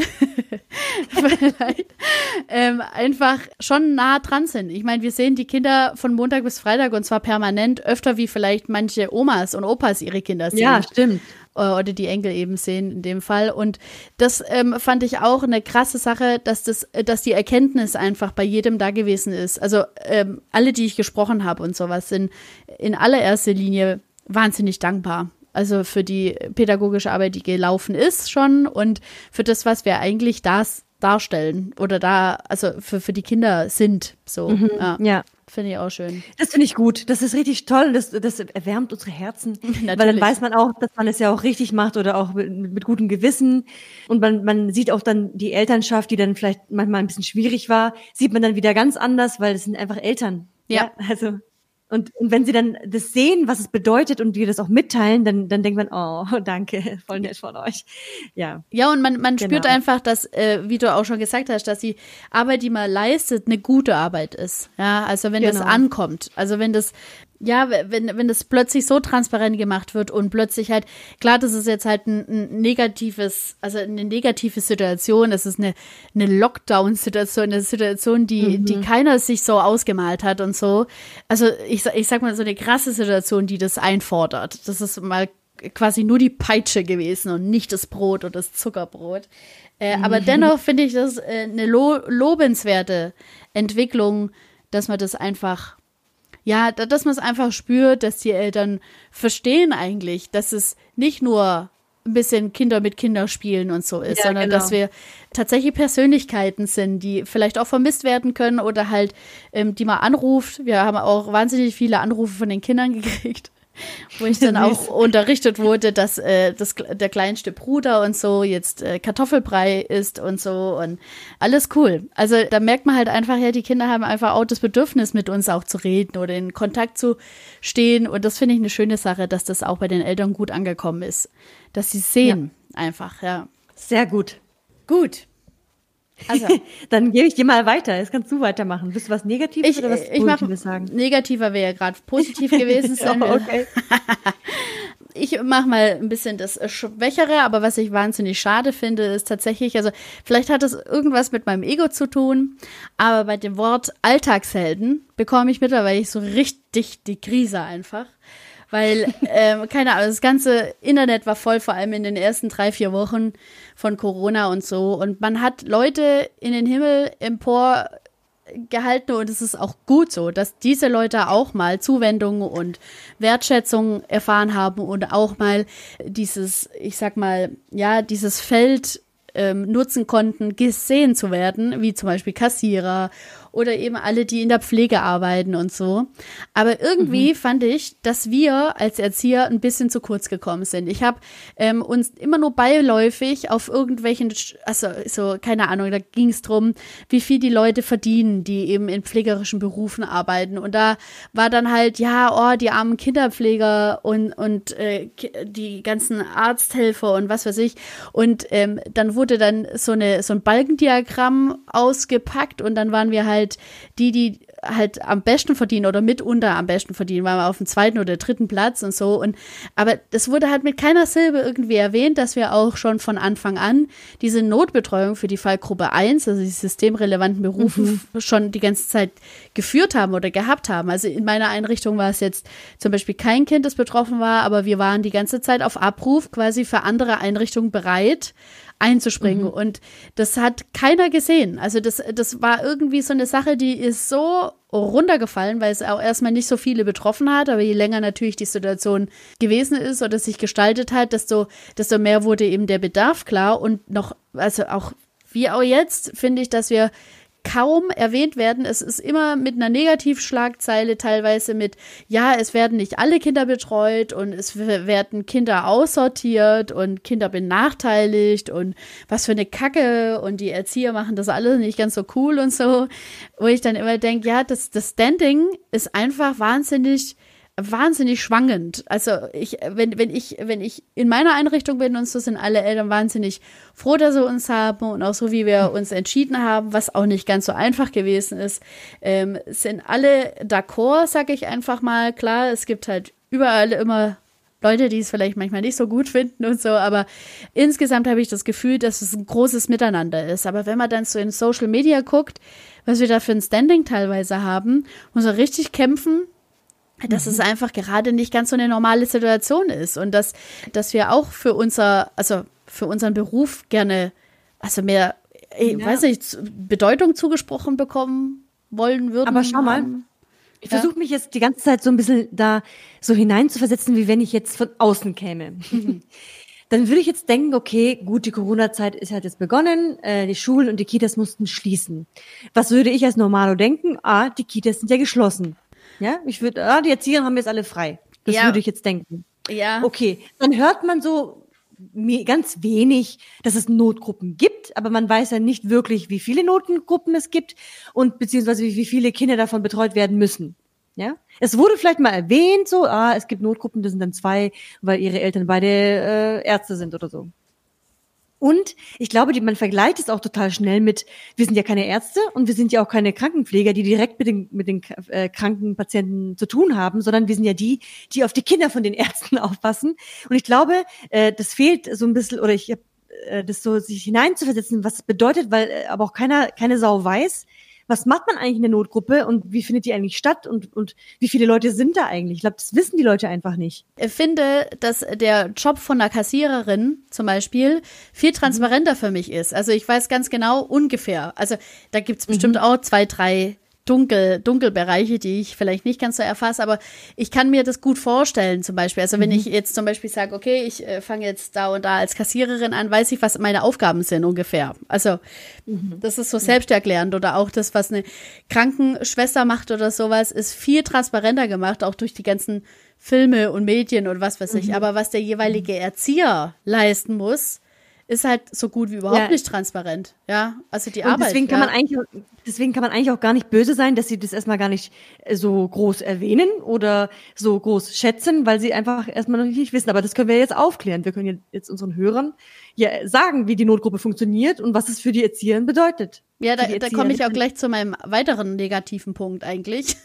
vielleicht, ähm, einfach schon nah dran sind. Ich meine, wir sehen die Kinder von Montag bis Freitag und zwar permanent öfter, wie vielleicht manche Omas und Opas ihre Kinder sehen. Ja, stimmt. Oder die Enkel eben sehen in dem Fall. Und das ähm, fand ich auch eine krasse Sache, dass das, dass die Erkenntnis einfach bei jedem da gewesen ist. Also ähm, alle, die ich gesprochen habe und sowas, sind in allererster Linie wahnsinnig dankbar. Also für die pädagogische Arbeit, die gelaufen ist schon und für das, was wir eigentlich das darstellen oder da, also für, für die Kinder sind. So, mhm, ja. ja. Finde ich auch schön. Das finde ich gut. Das ist richtig toll. Das, das erwärmt unsere Herzen. Weil dann weiß man auch, dass man es ja auch richtig macht oder auch mit, mit gutem Gewissen. Und man, man sieht auch dann die Elternschaft, die dann vielleicht manchmal ein bisschen schwierig war, sieht man dann wieder ganz anders, weil es sind einfach Eltern. Ja. ja also. Und, und wenn sie dann das sehen, was es bedeutet und dir das auch mitteilen, dann, dann denkt man, oh, danke, voll nett von euch. Ja. Ja, und man, man genau. spürt einfach, dass, äh, wie du auch schon gesagt hast, dass die Arbeit, die man leistet, eine gute Arbeit ist. Ja, also wenn genau. das ankommt. Also wenn das, ja, wenn, wenn das plötzlich so transparent gemacht wird und plötzlich halt, klar, das ist jetzt halt ein, ein negatives, also eine negative Situation, es ist eine, eine Lockdown-Situation, eine Situation, die, mhm. die keiner sich so ausgemalt hat und so. Also ich, ich sag mal, so eine krasse Situation, die das einfordert. Das ist mal quasi nur die Peitsche gewesen und nicht das Brot oder das Zuckerbrot. Äh, mhm. Aber dennoch finde ich das äh, eine lo- lobenswerte Entwicklung, dass man das einfach Ja, dass man es einfach spürt, dass die Eltern verstehen eigentlich, dass es nicht nur ein bisschen Kinder mit Kinder spielen und so ist, ja, sondern genau. dass wir tatsächlich Persönlichkeiten sind, die vielleicht auch vermisst werden können oder halt, ähm, die man anruft. Wir haben auch wahnsinnig viele Anrufe von den Kindern gekriegt, wo ich dann auch unterrichtet wurde, dass äh, das, der kleinste Bruder und so jetzt äh, Kartoffelbrei isst und so und alles cool. Also da merkt man halt einfach, ja, die Kinder haben einfach auch das Bedürfnis, mit uns auch zu reden oder in Kontakt zu stehen und das finde ich eine schöne Sache, dass das auch bei den Eltern gut angekommen ist, dass sie sehen ja. einfach, ja. Sehr gut. Gut. Also. Dann gebe ich dir mal weiter. Jetzt kannst du weitermachen. Willst du was Negatives ich, oder was ich Positives sagen? Negativer wäre ja gerade positiv gewesen sein. Oh, okay. Ich mache mal ein bisschen das Schwächere, aber was ich wahnsinnig schade finde, ist tatsächlich, also vielleicht hat es irgendwas mit meinem Ego zu tun, aber bei dem Wort Alltagshelden bekomme ich mittlerweile so richtig die Krise einfach. Weil, ähm, keine Ahnung, das ganze Internet war voll, vor allem in den ersten drei, vier Wochen von Corona und so. Und man hat Leute in den Himmel empor gehalten und es ist auch gut so, dass diese Leute auch mal Zuwendung und Wertschätzung erfahren haben und auch mal dieses, ich sag mal, ja, dieses Feld ähm, nutzen konnten, gesehen zu werden, wie zum Beispiel Kassierer oder eben alle, die in der Pflege arbeiten und so. Aber irgendwie mhm. fand ich, dass wir als Erzieher ein bisschen zu kurz gekommen sind. Ich habe ähm, uns immer nur beiläufig auf irgendwelchen, also so, keine Ahnung, da ging es drum, wie viel die Leute verdienen, die eben in pflegerischen Berufen arbeiten. Und da war dann halt, ja, oh, die armen Kinderpfleger und, und äh, die ganzen Arzthelfer und was weiß ich. Und ähm, dann wurde dann so, eine, so ein Balkendiagramm ausgepackt und dann waren wir halt die, die halt am besten verdienen oder mitunter am besten verdienen, waren wir auf dem zweiten oder dritten Platz und so. Und aber das wurde halt mit keiner Silbe irgendwie erwähnt, dass wir auch schon von Anfang an diese Notbetreuung für die Fallgruppe eins, also die systemrelevanten Berufe, mhm. schon die ganze Zeit geführt haben oder gehabt haben. Also in meiner Einrichtung war es jetzt zum Beispiel kein Kind, das betroffen war, aber wir waren die ganze Zeit auf Abruf quasi für andere Einrichtungen bereit, einzuspringen. Mhm. Und das hat keiner gesehen. Also das, das war irgendwie so eine Sache, die ist so runtergefallen, weil es auch erstmal nicht so viele betroffen hat, aber je länger natürlich die Situation gewesen ist oder sich gestaltet hat, desto, desto mehr wurde eben der Bedarf klar und noch, also auch wie auch jetzt, finde ich, dass wir kaum erwähnt werden. Es ist immer mit einer Negativschlagzeile, teilweise mit, ja, es werden nicht alle Kinder betreut und es werden Kinder aussortiert und Kinder benachteiligt und was für eine Kacke und die Erzieher machen das alles nicht ganz so cool und so. Wo ich dann immer denke, ja, das, das Standing ist einfach wahnsinnig wahnsinnig schwankend. Also ich, wenn, wenn ich, wenn ich in meiner Einrichtung bin und so, sind alle Eltern wahnsinnig froh, dass sie uns haben und auch so, wie wir uns entschieden haben, was auch nicht ganz so einfach gewesen ist, ähm, sind alle d'accord, sag ich einfach mal. Klar, es gibt halt überall immer Leute, die es vielleicht manchmal nicht so gut finden und so, aber insgesamt habe ich das Gefühl, dass es ein großes Miteinander ist. Aber wenn man dann so in Social Media guckt, was wir da für ein Standing teilweise haben, muss man richtig kämpfen, dass es einfach gerade nicht ganz so eine normale Situation ist und dass, dass wir auch für unser, also für unseren Beruf gerne, also mehr, ich ja. weiß nicht, Bedeutung zugesprochen bekommen wollen würden. Aber schau mal, ich ja? versuche mich jetzt die ganze Zeit so ein bisschen da so hineinzuversetzen, wie wenn ich jetzt von außen käme. Mhm. Dann würde ich jetzt denken, okay, gut, die Corona-Zeit ist halt jetzt begonnen, äh, die Schulen und die Kitas mussten schließen. Was würde ich als Normalo denken? Ah, die Kitas sind ja geschlossen. Ja, ich würde, ah, die Erzieher haben jetzt alle frei. Das ja. würde ich jetzt denken. Ja. Okay, dann hört man so ganz wenig, dass es Notgruppen gibt, aber man weiß ja nicht wirklich, wie viele Notgruppen es gibt und beziehungsweise wie viele Kinder davon betreut werden müssen. Ja, es wurde vielleicht mal erwähnt, so, ah, es gibt Notgruppen, das sind dann zwei, weil ihre Eltern beide äh, Ärzte sind oder so. Und ich glaube, die, man vergleicht es auch total schnell mit, wir sind ja keine Ärzte und wir sind ja auch keine Krankenpfleger, die direkt mit den, mit den äh, kranken Patienten zu tun haben, sondern wir sind ja die, die auf die Kinder von den Ärzten aufpassen. Und ich glaube, äh, das fehlt so ein bisschen, oder ich habe äh, das so sich hineinzuversetzen, was es bedeutet, weil äh, aber auch keiner, keine Sau weiß, was macht man eigentlich in der Notgruppe und wie findet die eigentlich statt und, und wie viele Leute sind da eigentlich? Ich glaube, das wissen die Leute einfach nicht. Ich finde, dass der Job von einer Kassiererin zum Beispiel viel transparenter mhm. für mich ist. Also ich weiß ganz genau ungefähr. Also da gibt's bestimmt mhm. auch zwei, drei Dunkel, Dunkelbereiche, die ich vielleicht nicht ganz so erfasse, aber ich kann mir das gut vorstellen zum Beispiel. Also wenn mhm. ich jetzt zum Beispiel sage, okay, ich äh, fange jetzt da und da als Kassiererin an, weiß ich, was meine Aufgaben sind ungefähr. Also mhm. das ist so selbsterklärend oder auch das, was eine Krankenschwester macht oder sowas, ist viel transparenter gemacht, auch durch die ganzen Filme und Medien und was weiß ich. Mhm. Aber was der jeweilige Erzieher leisten muss, ist halt so gut wie überhaupt ja. nicht transparent. Ja, also die und Arbeit. Deswegen kann, ja. man eigentlich, deswegen kann man eigentlich auch gar nicht böse sein, dass sie das erstmal gar nicht so groß erwähnen oder so groß schätzen, weil sie einfach erstmal noch nicht wissen. Aber das können wir jetzt aufklären. Wir können jetzt unseren Hörern ja sagen, wie die Notgruppe funktioniert und was es für die Erzieherin bedeutet. Ja, da, da komme ich auch gleich zu meinem weiteren negativen Punkt eigentlich.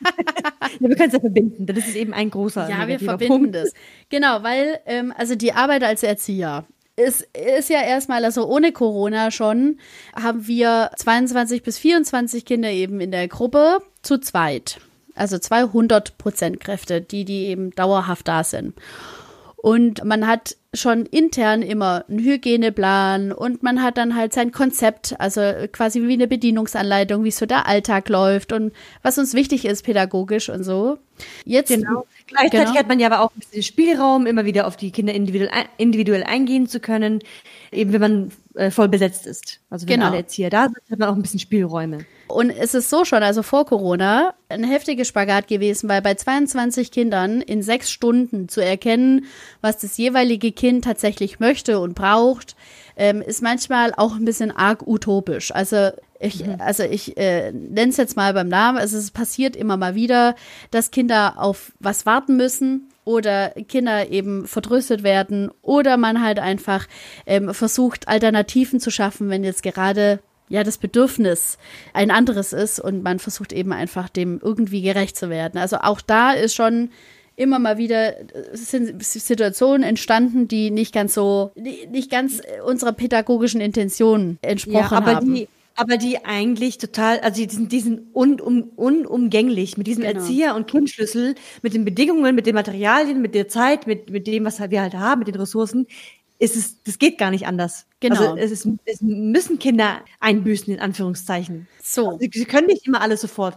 Ja, wir können es ja verbinden. Das ist eben ein großer Ja, wir verbinden Punkt. das. Genau, weil ähm, also die Arbeit als Erzieher Es ist ja erstmal, also ohne Corona schon, haben wir zweiundzwanzig bis vierundzwanzig Kinder eben in der Gruppe zu zweit. Also zweihundert Prozent Kräfte, die, die eben dauerhaft da sind. Und man hat schon intern immer einen Hygieneplan und man hat dann halt sein Konzept, also quasi wie eine Bedienungsanleitung, wie so der Alltag läuft und was uns wichtig ist pädagogisch und so. Jetzt, genau. Gleichzeitig genau. hat man ja aber auch ein bisschen Spielraum, immer wieder auf die Kinder individuell, individuell eingehen zu können, eben wenn man äh, voll besetzt ist. Also wenn genau. alle Erzieher da sind, hat man auch ein bisschen Spielräume. Und es ist so schon, also vor Corona, ein heftiger Spagat gewesen, weil bei zweiundzwanzig Kindern in sechs Stunden zu erkennen, was das jeweilige Kind tatsächlich möchte und braucht, ähm, ist manchmal auch ein bisschen arg utopisch. Also ich, mhm. also ich äh, nenne es jetzt mal beim Namen. Also es passiert immer mal wieder, dass Kinder auf was warten müssen oder Kinder eben vertröstet werden oder man halt einfach ähm, versucht, Alternativen zu schaffen, wenn jetzt gerade ja das Bedürfnis ein anderes ist und man versucht eben einfach dem irgendwie gerecht zu werden. Also auch da ist schon immer mal wieder sind Situationen entstanden, die nicht ganz so, nicht ganz unserer pädagogischen Intention entsprochen ja, aber haben. Die, aber die eigentlich total, also die sind, die sind unum, unumgänglich mit diesem genau. Erzieher- und Kindschlüssel, mit den Bedingungen, mit den Materialien, mit der Zeit, mit, mit dem, was wir halt haben, mit den Ressourcen. Ist es, das geht gar nicht anders. Genau. Also es, ist, es müssen Kinder einbüßen, in Anführungszeichen. So. Also sie können nicht immer alles sofort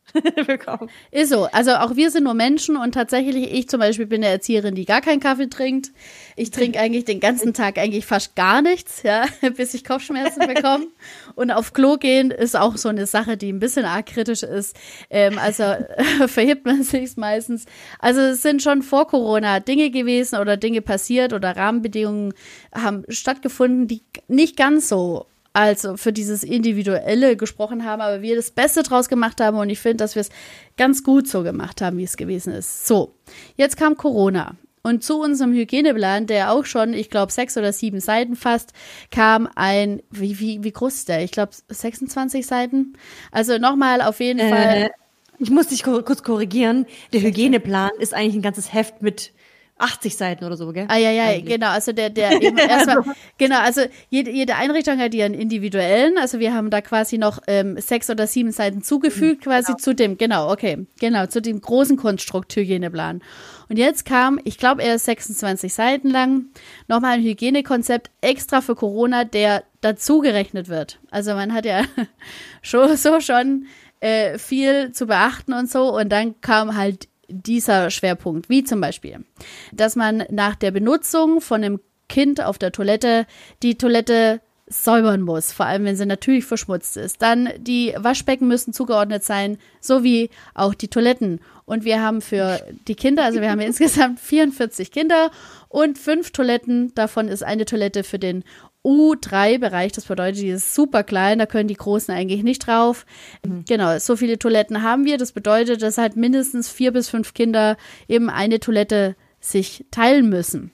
bekommen. Ist so. Also auch wir sind nur Menschen und tatsächlich, ich zum Beispiel bin eine Erzieherin, die gar keinen Kaffee trinkt. Ich trinke eigentlich den ganzen Tag eigentlich fast gar nichts, ja, bis ich Kopfschmerzen bekomme. Und auf Klo gehen ist auch so eine Sache, die ein bisschen arg kritisch ist. Ähm, also äh, verhebt man sich meistens. Also es sind schon vor Corona Dinge gewesen oder Dinge passiert oder Rahmenbedingungen haben stattgefunden, die nicht ganz so also für dieses Individuelle gesprochen haben, aber wir das Beste draus gemacht haben und ich finde, dass wir es ganz gut so gemacht haben, wie es gewesen ist. So, jetzt kam Corona und zu unserem Hygieneplan, der auch schon, ich glaube, sechs oder sieben Seiten fasst, kam ein, wie, wie, wie groß ist der? Ich glaube, sechsundzwanzig Seiten. Also nochmal auf jeden äh, Fall. Ich muss dich kurz korrigieren. Der Hygieneplan ist eigentlich ein ganzes Heft mit achtzig Seiten oder so, gell? Ah, ja, ja, genau. Also der, der eben erstmal, genau, also jede, jede Einrichtung hat ihren individuellen. Also wir haben da quasi noch ähm, sechs oder sieben Seiten zugefügt, quasi genau. zu dem, genau, okay, genau, zu dem großen Konstrukt Hygieneplan. Und jetzt kam, ich glaube, er ist sechsundzwanzig Seiten lang, nochmal ein Hygienekonzept extra für Corona, der dazugerechnet wird. Also man hat ja schon, so schon äh, viel zu beachten und so. Und dann kam halt dieser Schwerpunkt, wie zum Beispiel, dass man nach der Benutzung von einem Kind auf der Toilette die Toilette säubern muss, vor allem wenn sie natürlich verschmutzt ist. Dann die Waschbecken müssen zugeordnet sein, sowie auch die Toiletten. Und wir haben für die Kinder, also wir haben insgesamt vierundvierzig Kinder und fünf Toiletten. Davon ist eine Toilette für den U drei Bereich, das bedeutet, die ist super klein, da können die Großen eigentlich nicht drauf. Mhm. Genau, so viele Toiletten haben wir. Das bedeutet, dass halt mindestens vier bis fünf Kinder eben eine Toilette sich teilen müssen.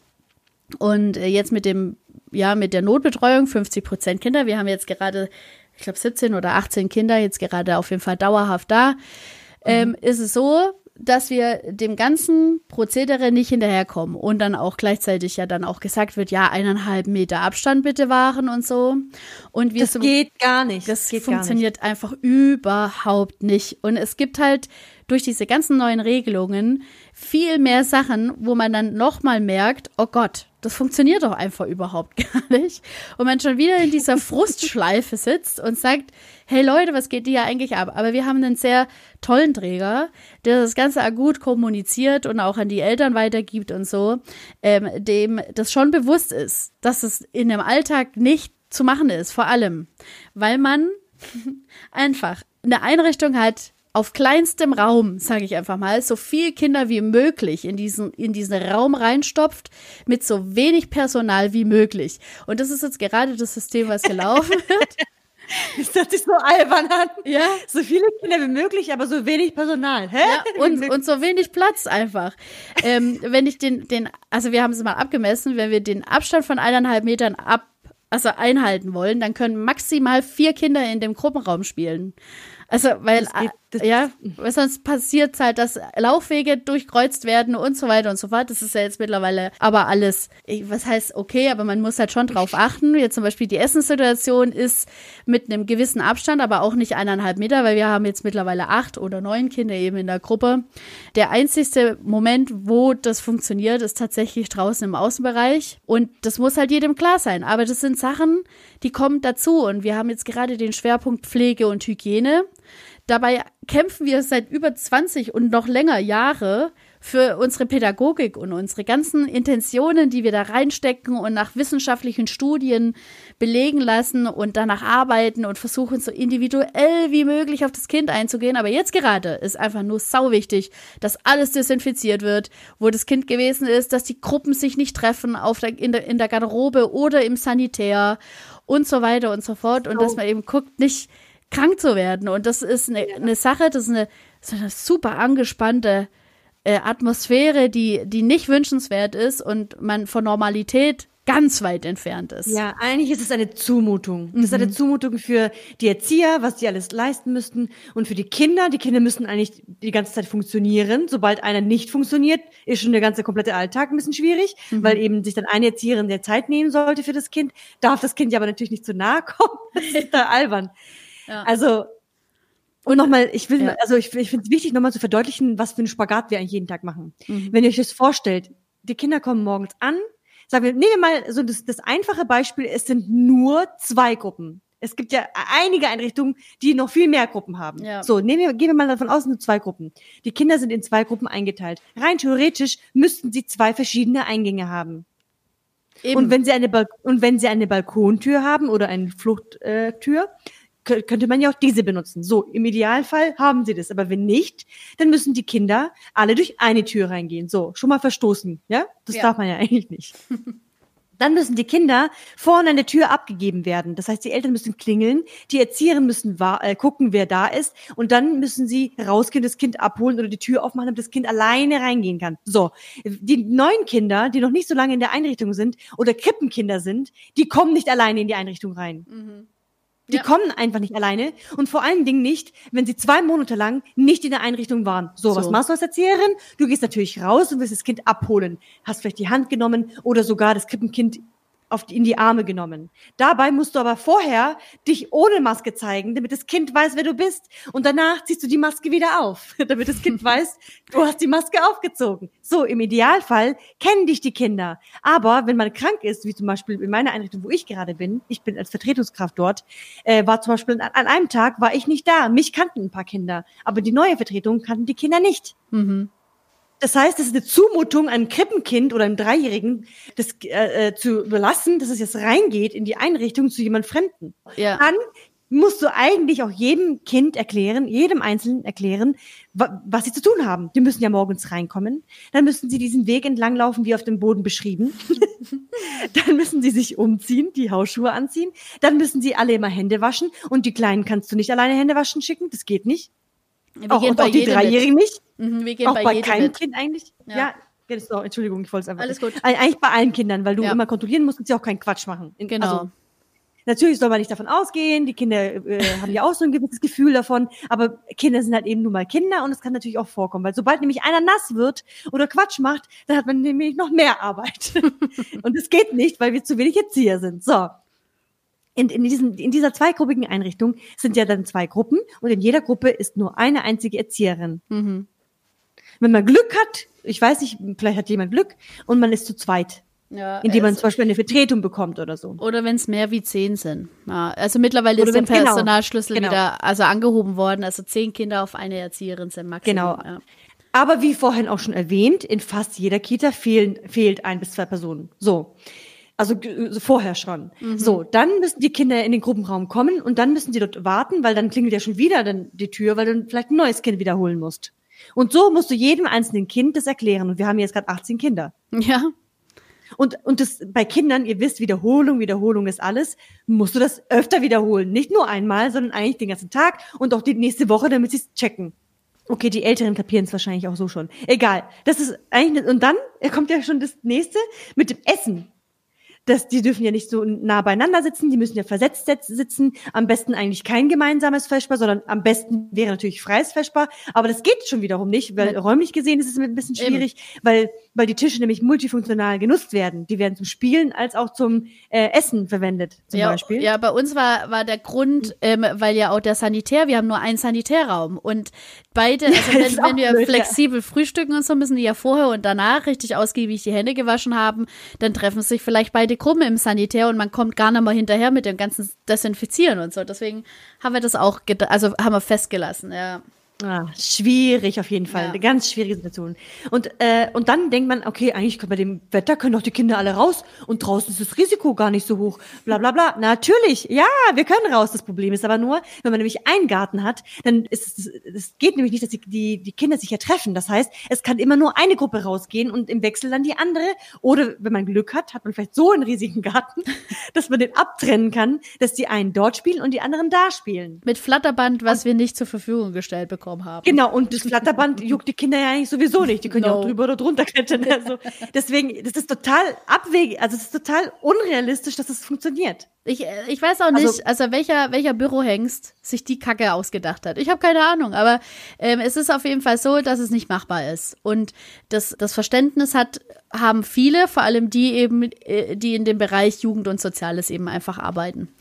Und jetzt mit dem, ja, mit der Notbetreuung, fünfzig Prozent Kinder. Wir haben jetzt gerade, ich glaube, siebzehn oder achtzehn Kinder jetzt gerade auf jeden Fall dauerhaft da. Mhm. Ähm, ist es so, dass wir dem ganzen Prozedere nicht hinterherkommen und dann auch gleichzeitig ja dann auch gesagt wird, ja, eineinhalb Meter Abstand bitte wahren und so. Und wir das so, geht gar nicht. Das, das funktioniert gar nicht. einfach überhaupt nicht. Und es gibt halt durch diese ganzen neuen Regelungen viel mehr Sachen, wo man dann nochmal merkt, oh Gott, das funktioniert doch einfach überhaupt gar nicht. Und man schon wieder in dieser Frustschleife sitzt und sagt, hey Leute, was geht dir eigentlich ab? Aber wir haben einen sehr tollen Träger, der das Ganze gut kommuniziert und auch an die Eltern weitergibt und so, ähm, dem das schon bewusst ist, dass es in dem Alltag nicht zu machen ist, vor allem, weil man einfach eine Einrichtung hat, auf kleinstem Raum, sage ich einfach mal, so viel Kinder wie möglich in diesen, in diesen Raum reinstopft, mit so wenig Personal wie möglich. Und das ist jetzt gerade das System, was gelaufen wird. Das hört sich so albern an. Ja. So viele Kinder wie möglich, aber so wenig Personal. Hä? Ja, und, und so wenig Platz einfach. ähm, wenn ich den, den, also wir haben es mal abgemessen, wenn wir den Abstand von eineinhalb Metern ab, also einhalten wollen, dann können maximal vier Kinder in dem Gruppenraum spielen. Also, weil, das geht, das ja, weil sonst passiert halt, dass Laufwege durchkreuzt werden und so weiter und so fort. Das ist ja jetzt mittlerweile aber alles, was heißt okay, aber man muss halt schon drauf achten. Jetzt zum Beispiel die Essenssituation ist mit einem gewissen Abstand, aber auch nicht eineinhalb Meter, weil wir haben jetzt mittlerweile acht oder neun Kinder eben in der Gruppe. Der einzigste Moment, wo das funktioniert, ist tatsächlich draußen im Außenbereich. Und das muss halt jedem klar sein. Aber das sind Sachen, die kommen dazu. Und wir haben jetzt gerade den Schwerpunkt Pflege und Hygiene. Dabei kämpfen wir seit über zwanzig und noch länger Jahre für unsere Pädagogik und unsere ganzen Intentionen, die wir da reinstecken und nach wissenschaftlichen Studien belegen lassen und danach arbeiten und versuchen, so individuell wie möglich auf das Kind einzugehen. Aber jetzt gerade ist einfach nur sauwichtig, dass alles desinfiziert wird, wo das Kind gewesen ist, dass die Gruppen sich nicht treffen auf der, in, der, in der Garderobe oder im Sanitär und so weiter und so fort. Und oh. dass man eben guckt, nicht krank zu werden. Und das ist eine, eine Sache, das ist eine, das ist eine super angespannte äh, Atmosphäre, die, die nicht wünschenswert ist und man von Normalität ganz weit entfernt ist. Ja, eigentlich ist es eine Zumutung. Das mhm. ist eine Zumutung für die Erzieher, was die alles leisten müssten, und für die Kinder. Die Kinder müssen eigentlich die ganze Zeit funktionieren. Sobald einer nicht funktioniert, ist schon der ganze komplette Alltag ein bisschen schwierig, mhm. weil eben sich dann eine Erzieherin der Zeit nehmen sollte für das Kind. Darf das Kind ja aber natürlich nicht zu nahe kommen. Das ist da albern. Ja. Also, und nochmal, ich will, ja. also ich, ich finde es wichtig, nochmal zu verdeutlichen, was für einen Spagat wir eigentlich jeden Tag machen. Mhm. Wenn ihr euch das vorstellt, die Kinder kommen morgens an, sagen wir, nehmen wir mal so das, das einfache Beispiel, es sind nur zwei Gruppen. Es gibt ja einige Einrichtungen, die noch viel mehr Gruppen haben. Ja. So, nehmen wir, gehen wir mal davon aus, es sind zwei Gruppen. Die Kinder sind in zwei Gruppen eingeteilt. Rein theoretisch müssten sie zwei verschiedene Eingänge haben. Eben. Und wenn sie eine Balk- und wenn sie eine Balkontür haben oder eine Fluchttür, könnte man ja auch diese benutzen. So, im Idealfall haben sie das. Aber wenn nicht, dann müssen die Kinder alle durch eine Tür reingehen. So, schon mal verstoßen, ja? Das ja. darf man ja eigentlich nicht. Dann müssen die Kinder vorne an der Tür abgegeben werden. Das heißt, die Eltern müssen klingeln, die Erzieher müssen wa- äh, gucken, wer da ist. Und dann müssen sie rausgehen, das Kind abholen oder die Tür aufmachen, damit das Kind alleine reingehen kann. So, die neuen Kinder, die noch nicht so lange in der Einrichtung sind oder Krippenkinder sind, die kommen nicht alleine in die Einrichtung rein. Mhm. Die ja. kommen einfach nicht alleine und vor allen Dingen nicht, wenn sie zwei Monate lang nicht in der Einrichtung waren. So, so. Was machst du als Erzieherin? Du gehst natürlich raus und willst das Kind abholen. Hast vielleicht die Hand genommen oder sogar das Krippenkind auf die, in die Arme genommen. Dabei musst du aber vorher dich ohne Maske zeigen, damit das Kind weiß, wer du bist. Und danach ziehst du die Maske wieder auf, damit das Kind weiß, du hast die Maske aufgezogen. So, im Idealfall kennen dich die Kinder. Aber wenn man krank ist, wie zum Beispiel in meiner Einrichtung, wo ich gerade bin, ich bin als Vertretungskraft dort, äh, war zum Beispiel an, an einem Tag war ich nicht da. Mich kannten ein paar Kinder, aber die neue Vertretung kannten die Kinder nicht. Mhm. Das heißt, es ist eine Zumutung, einem Krippenkind oder einem Dreijährigen das äh, zu überlassen, dass es jetzt reingeht in die Einrichtung zu jemand Fremden. Ja. Dann musst du eigentlich auch jedem Kind erklären, jedem Einzelnen erklären, wa- was sie zu tun haben. Die müssen ja morgens reinkommen. Dann müssen sie diesen Weg entlanglaufen, wie auf dem Boden beschrieben. Dann müssen sie sich umziehen, die Hausschuhe anziehen. Dann müssen sie alle immer Hände waschen. Und die Kleinen kannst du nicht alleine Hände waschen schicken. Das geht nicht. Wir auch, und auch die Dreijährigen nicht. Mhm, wir gehen auch bei, bei keinem mit. Kind eigentlich. Ja, ja das ist auch, Entschuldigung, ich wollte es einfach. Alles gut. Eigentlich bei allen Kindern, weil du ja. immer kontrollieren musst und sie auch keinen Quatsch machen. Genau. Also, natürlich soll man nicht davon ausgehen, die Kinder äh, haben ja auch so ein gewisses Gefühl davon, aber Kinder sind halt eben nun mal Kinder und es kann natürlich auch vorkommen, weil sobald nämlich einer nass wird oder Quatsch macht, dann hat man nämlich noch mehr Arbeit. Und es geht nicht, weil wir zu wenig Erzieher sind. So. In, in, diesen, in dieser zweigruppigen Einrichtung sind ja dann zwei Gruppen und in jeder Gruppe ist nur eine einzige Erzieherin. Mhm. Wenn man Glück hat, ich weiß nicht, vielleicht hat jemand Glück und man ist zu zweit. Ja, indem man zum Beispiel eine Vertretung bekommt oder so. Oder wenn es mehr wie zehn sind. Ja, also mittlerweile oder ist der Personalschlüssel genau. wieder also angehoben worden. Also zehn Kinder auf eine Erzieherin sind maximal. Genau. Ja. Aber wie vorhin auch schon erwähnt, in fast jeder Kita fehlen, fehlt ein bis zwei Personen. So. Also vorher schon. Mhm. So, dann müssen die Kinder in den Gruppenraum kommen und dann müssen sie dort warten, weil dann klingelt ja schon wieder dann die Tür, weil du vielleicht ein neues Kind wiederholen musst. Und so musst du jedem einzelnen Kind das erklären. Und wir haben jetzt gerade achtzehn Kinder. Ja. Und, und das bei Kindern, ihr wisst, Wiederholung, Wiederholung ist alles, musst du das öfter wiederholen. Nicht nur einmal, sondern eigentlich den ganzen Tag und auch die nächste Woche, damit sie es checken. Okay, die Älteren kapieren es wahrscheinlich auch so schon. Egal. Das ist eigentlich, und dann kommt ja schon das Nächste mit dem Essen. Das, die dürfen ja nicht so nah beieinander sitzen, die müssen ja versetzt sitzen. Am besten eigentlich kein gemeinsames Vesper, sondern am besten wäre natürlich freies Vesper. Aber das geht schon wiederum nicht, weil ja. räumlich gesehen ist es ein bisschen schwierig, Eben. weil weil die Tische nämlich multifunktional genutzt werden. Die werden zum Spielen als auch zum äh, Essen verwendet, zum ja, Beispiel. Ja, bei uns war war der Grund, ähm, weil ja auch der Sanitär, wir haben nur einen Sanitärraum und beide, also ja, wenn, wenn wir blöd, flexibel ja. frühstücken und so, müssen die ja vorher und danach richtig ausgiebig die Hände gewaschen haben, dann treffen sich vielleicht beide Gruppen im Sanitär und man kommt gar nicht mal hinterher mit dem ganzen Desinfizieren und so. Deswegen haben wir das auch, ged- also haben wir festgelassen, ja. Ah, schwierig auf jeden Fall, ja. Eine ganz schwierige Situation. Und äh, und dann denkt man, okay, eigentlich bei dem Wetter können doch die Kinder alle raus und draußen ist das Risiko gar nicht so hoch, bla bla bla. Natürlich, ja, wir können raus. Das Problem ist aber nur, wenn man nämlich einen Garten hat, dann ist es, es geht nämlich nicht, dass die, die die Kinder sich ja treffen. Das heißt, es kann immer nur eine Gruppe rausgehen und im Wechsel dann die andere. Oder wenn man Glück hat, hat man vielleicht so einen riesigen Garten, dass man den abtrennen kann, dass die einen dort spielen und die anderen da spielen. Mit Flatterband, was und, wir nicht zur Verfügung gestellt bekommen haben. Genau, und das Flatterband juckt die Kinder ja eigentlich sowieso nicht. Die können no. ja auch drüber oder drunter klettern. Also deswegen, das ist total abwegig, also es ist total unrealistisch, dass das funktioniert. Ich, ich weiß auch nicht, also, also welcher, welcher Bürohengst sich die Kacke ausgedacht hat. Ich habe keine Ahnung, aber ähm, es ist auf jeden Fall so, dass es nicht machbar ist. Und das, das Verständnis hat, haben viele, vor allem die eben, die in dem Bereich Jugend und Soziales eben einfach arbeiten.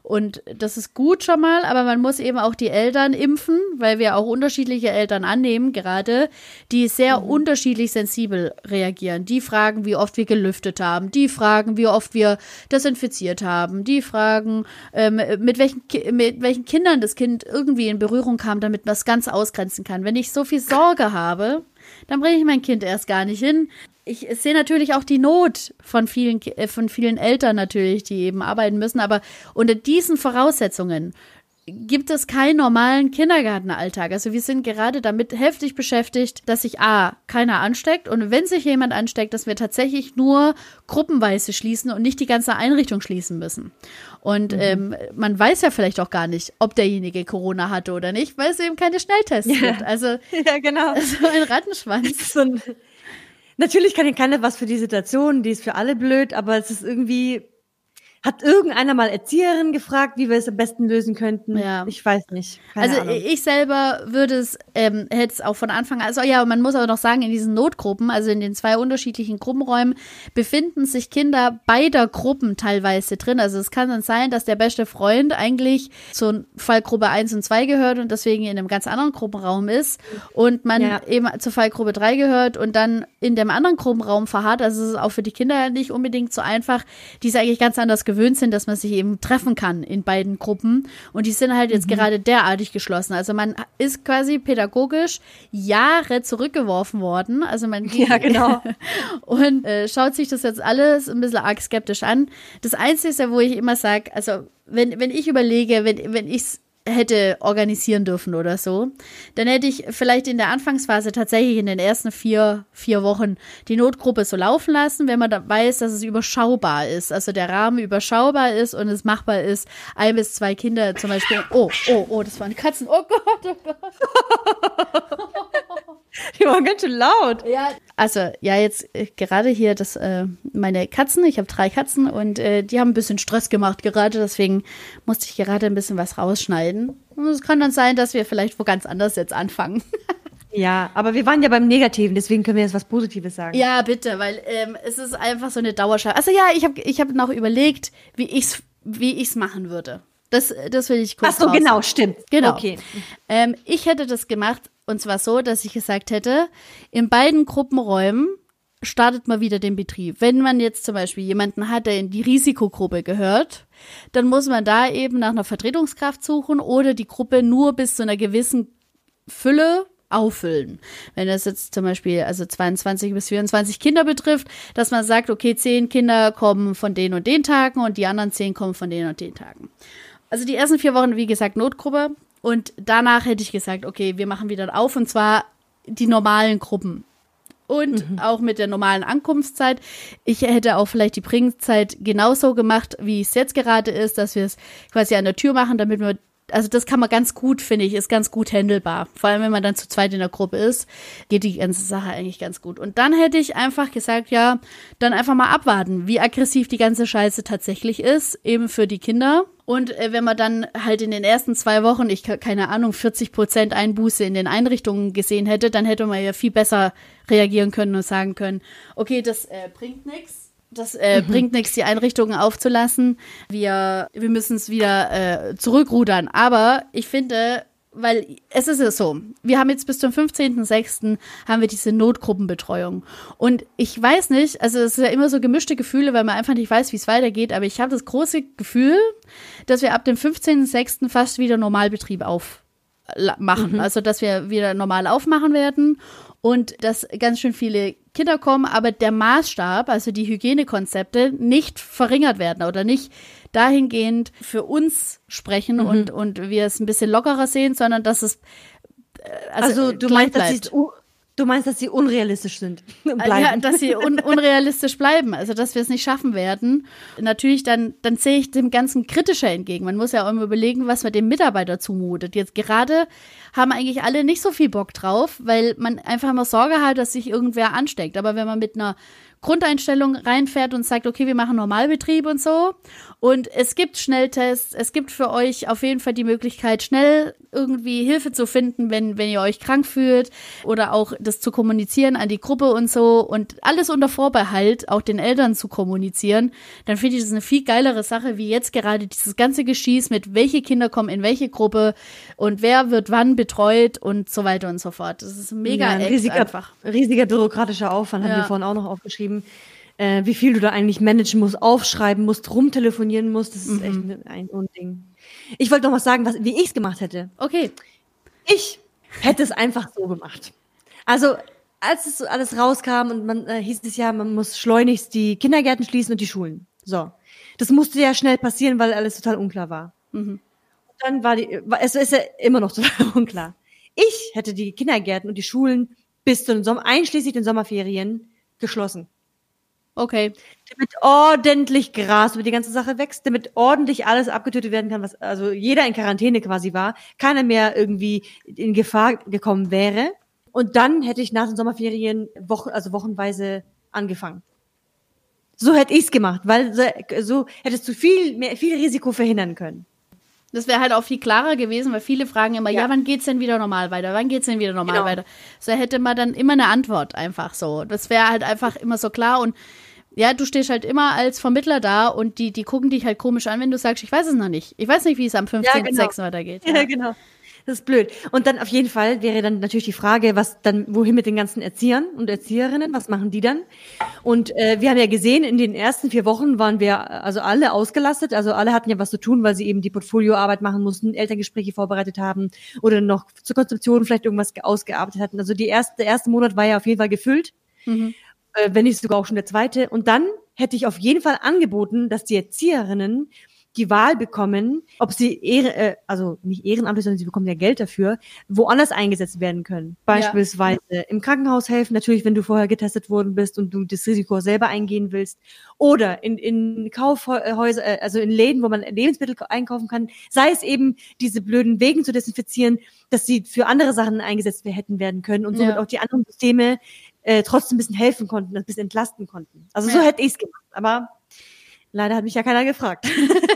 Und das ist gut schon mal, aber man muss eben auch die Eltern impfen, weil wir auch unterschiedliche Eltern annehmen, gerade, die sehr mhm. unterschiedlich sensibel reagieren. Die fragen, wie oft wir gelüftet haben, die fragen, wie oft wir desinfiziert haben, die fragen, ähm, mit welchen, mit welchen Kindern das Kind irgendwie in Berührung kam, damit man es ganz ausgrenzen kann. Wenn ich so viel Sorge habe, dann bringe ich mein Kind erst gar nicht hin. Ich sehe natürlich auch die Not von vielen, von vielen Eltern natürlich, die eben arbeiten müssen, aber unter diesen Voraussetzungen gibt es keinen normalen Kindergartenalltag. Also wir sind gerade damit heftig beschäftigt, dass sich A, keiner ansteckt und wenn sich jemand ansteckt, dass wir tatsächlich nur gruppenweise schließen und nicht die ganze Einrichtung schließen müssen. Und mhm. ähm, man weiß ja vielleicht auch gar nicht, ob derjenige Corona hatte oder nicht, weil es eben keine Schnelltests ja. gibt. Also ja, genau. So ein Rattenschwanz. So ein Natürlich kann ja keiner was für die Situation, die ist für alle blöd, aber es ist irgendwie, hat irgendeiner mal Erzieherin gefragt, wie wir es am besten lösen könnten? Ja. Ich weiß nicht. Keine also Ahnung. Ich selber würde es, ähm, hätte es auch von Anfang an, also ja, man muss aber noch sagen, in diesen Notgruppen, also in den zwei unterschiedlichen Gruppenräumen, befinden sich Kinder beider Gruppen teilweise drin. Also es kann dann sein, dass der beste Freund eigentlich zur Fallgruppe eins und zwei gehört und deswegen in einem ganz anderen Gruppenraum ist und man ja. eben zur Fallgruppe drei gehört und dann in dem anderen Gruppenraum verharrt. Also es ist auch für die Kinder nicht unbedingt so einfach, die es eigentlich ganz anders gewöhnt sind, dass man sich eben treffen kann in beiden Gruppen. Und die sind halt jetzt mhm. gerade derartig geschlossen. Also man ist quasi pädagogisch Jahre zurückgeworfen worden. Also man ja, genau. und äh, schaut sich das jetzt alles ein bisschen arg skeptisch an. Das Einzige, wo ich immer sage, also wenn, wenn ich überlege, wenn, wenn ich es hätte organisieren dürfen oder so, dann hätte ich vielleicht in der Anfangsphase tatsächlich in den ersten vier, vier Wochen die Notgruppe so laufen lassen, wenn man da weiß, dass es überschaubar ist, also der Rahmen überschaubar ist und es machbar ist, ein bis zwei Kinder zum Beispiel, oh, oh, oh, das waren Katzen, oh Gott, oh Gott. Die waren ganz schön laut. Ja, also ja, jetzt äh, gerade hier das äh, meine Katzen, ich habe drei Katzen und äh, die haben ein bisschen Stress gemacht gerade, deswegen musste ich gerade ein bisschen was rausschneiden. Und es kann dann sein, dass wir vielleicht wo ganz anders jetzt anfangen. Ja, aber wir waren ja beim Negativen, deswegen können wir jetzt was Positives sagen. Ja, bitte, weil ähm, es ist einfach so eine Dauerschleife. Also ja, ich habe ich hab noch überlegt, wie ich's wie ich's machen würde. Das, das will ich kurz Ach so, raus. genau, stimmt. Genau. Okay. Ähm, ich hätte das gemacht, und zwar so, dass ich gesagt hätte, in beiden Gruppenräumen startet man wieder den Betrieb. Wenn man jetzt zum Beispiel jemanden hat, der in die Risikogruppe gehört, dann muss man da eben nach einer Vertretungskraft suchen oder die Gruppe nur bis zu einer gewissen Fülle auffüllen. Wenn das jetzt zum Beispiel also zweiundzwanzig bis vierundzwanzig Kinder betrifft, dass man sagt, okay, zehn Kinder kommen von den und den Tagen und die anderen zehn kommen von den und den Tagen. Also die ersten vier Wochen, wie gesagt, Notgruppe. Und danach hätte ich gesagt, okay, wir machen wieder auf und zwar die normalen Gruppen. Und mhm. auch mit der normalen Ankunftszeit. Ich hätte auch vielleicht die Bringzeit genauso gemacht, wie es jetzt gerade ist, dass wir es quasi an der Tür machen, damit wir, also das kann man ganz gut, finde ich, ist ganz gut handelbar. Vor allem, wenn man dann zu zweit in der Gruppe ist, geht die ganze Sache eigentlich ganz gut. Und dann hätte ich einfach gesagt, ja, dann einfach mal abwarten, wie aggressiv die ganze Scheiße tatsächlich ist, eben für die Kinder. Und äh, wenn man dann halt in den ersten zwei Wochen, ich keine Ahnung, vierzig Prozent Einbuße in den Einrichtungen gesehen hätte, dann hätte man ja viel besser reagieren können und sagen können, okay, das äh, bringt nichts. Das äh, mhm. bringt nichts, die Einrichtungen aufzulassen. Wir, wir müssen es wieder äh, zurückrudern. Aber ich finde, weil es ist ja so, wir haben jetzt bis zum fünfzehnten sechsten haben wir diese Notgruppenbetreuung. Und ich weiß nicht, also es ist ja immer so gemischte Gefühle, weil man einfach nicht weiß, wie es weitergeht. Aber ich habe das große Gefühl, dass wir ab dem fünfzehnten sechsten fast wieder Normalbetrieb aufmachen. Mhm. Also, dass wir wieder normal aufmachen werden. Und dass ganz schön viele Kinder kommen, aber der Maßstab, also die Hygienekonzepte, nicht verringert werden oder nicht dahingehend für uns sprechen mhm. und, und wir es ein bisschen lockerer sehen, sondern dass es also, also du meinst, dass sie Du meinst, dass sie unrealistisch sind? Bleiben. Ja, dass sie un- unrealistisch bleiben, also dass wir es nicht schaffen werden. Natürlich, dann, dann sehe ich dem Ganzen kritischer entgegen. Man muss ja auch immer überlegen, was man dem Mitarbeiter zumutet. Jetzt gerade haben eigentlich alle nicht so viel Bock drauf, weil man einfach immer Sorge hat, dass sich irgendwer ansteckt. Aber wenn man mit einer Grundeinstellung reinfährt und sagt, okay, wir machen Normalbetrieb und so. Und es gibt Schnelltests, es gibt für euch auf jeden Fall die Möglichkeit, schnell irgendwie Hilfe zu finden, wenn, wenn ihr euch krank fühlt oder auch das zu kommunizieren an die Gruppe und so und alles unter Vorbehalt, auch den Eltern zu kommunizieren, dann finde ich das eine viel geilere Sache, wie jetzt gerade dieses ganze Geschieß mit welche Kinder kommen in welche Gruppe und wer wird wann betreut und so weiter und so fort. Das ist mega ja, ein echt riesiger, einfach. Riesiger bürokratischer Aufwand, Ja. haben wir vorhin auch noch aufgeschrieben. Äh, wie viel du da eigentlich managen musst, aufschreiben musst, rumtelefonieren musst, das ist Mhm. echt ein Unding. Ich wollte noch was sagen, was, wie ich es gemacht hätte. Okay. Ich hätte es einfach so gemacht. Also, als es so alles rauskam und man äh, hieß es ja, man muss schleunigst die Kindergärten schließen und die Schulen. So. Das musste ja schnell passieren, weil alles total unklar war. Mhm. Und dann war die, war, es ist ja immer noch total unklar. Ich hätte die Kindergärten und die Schulen bis zum Sommer, einschließlich den Sommerferien, geschlossen. Okay. Damit ordentlich Gras über die ganze Sache wächst, damit ordentlich alles abgetötet werden kann, was also jeder in Quarantäne quasi war, keiner mehr irgendwie in Gefahr gekommen wäre. Und dann hätte ich nach den Sommerferien Wochen, also wochenweise angefangen. So hätte ich's gemacht, weil so, so hättest du viel mehr, viel Risiko verhindern können. Das wäre halt auch viel klarer gewesen, weil viele fragen immer, ja, Ja. wann geht's denn wieder normal weiter? Wann geht's denn wieder normal Genau. weiter? So hätte man dann immer eine Antwort einfach so. Das wäre halt einfach immer so klar und ja, du stehst halt immer als Vermittler da und die, die gucken dich halt komisch an, wenn du sagst, ich weiß es noch nicht. Ich weiß nicht, wie es am fünfzehnten sechsten weitergeht. Ja, genau. Das ist blöd. Und dann auf jeden Fall wäre dann natürlich die Frage, was dann, wohin mit den ganzen Erziehern und Erzieherinnen, was machen die dann? Und äh, wir haben ja gesehen, in den ersten vier Wochen waren wir also alle ausgelastet, also alle hatten ja was zu tun, weil sie eben die Portfolioarbeit machen mussten, Elterngespräche vorbereitet haben oder noch zur Konzeption vielleicht irgendwas ausgearbeitet hatten. Also die erste, der erste Monat war ja auf jeden Fall gefüllt, Mhm. äh, wenn nicht sogar auch schon der zweite. Und dann hätte ich auf jeden Fall angeboten, dass die Erzieherinnen die Wahl bekommen, ob sie, ehre, äh, also nicht ehrenamtlich, sondern sie bekommen ja Geld dafür, woanders eingesetzt werden können. Beispielsweise im Krankenhaus helfen, natürlich, wenn du vorher getestet worden bist und du das Risiko selber eingehen willst. Oder in, in Kaufhäuser, äh, also in Läden, wo man Lebensmittel einkaufen kann, sei es eben diese blöden Wegen zu desinfizieren, dass sie für andere Sachen eingesetzt hätten werden können und somit Ja. auch die anderen Systeme äh, trotzdem ein bisschen helfen konnten, ein bisschen entlasten konnten. Also so Ja. hätte ich es gemacht, aber leider hat mich ja keiner gefragt.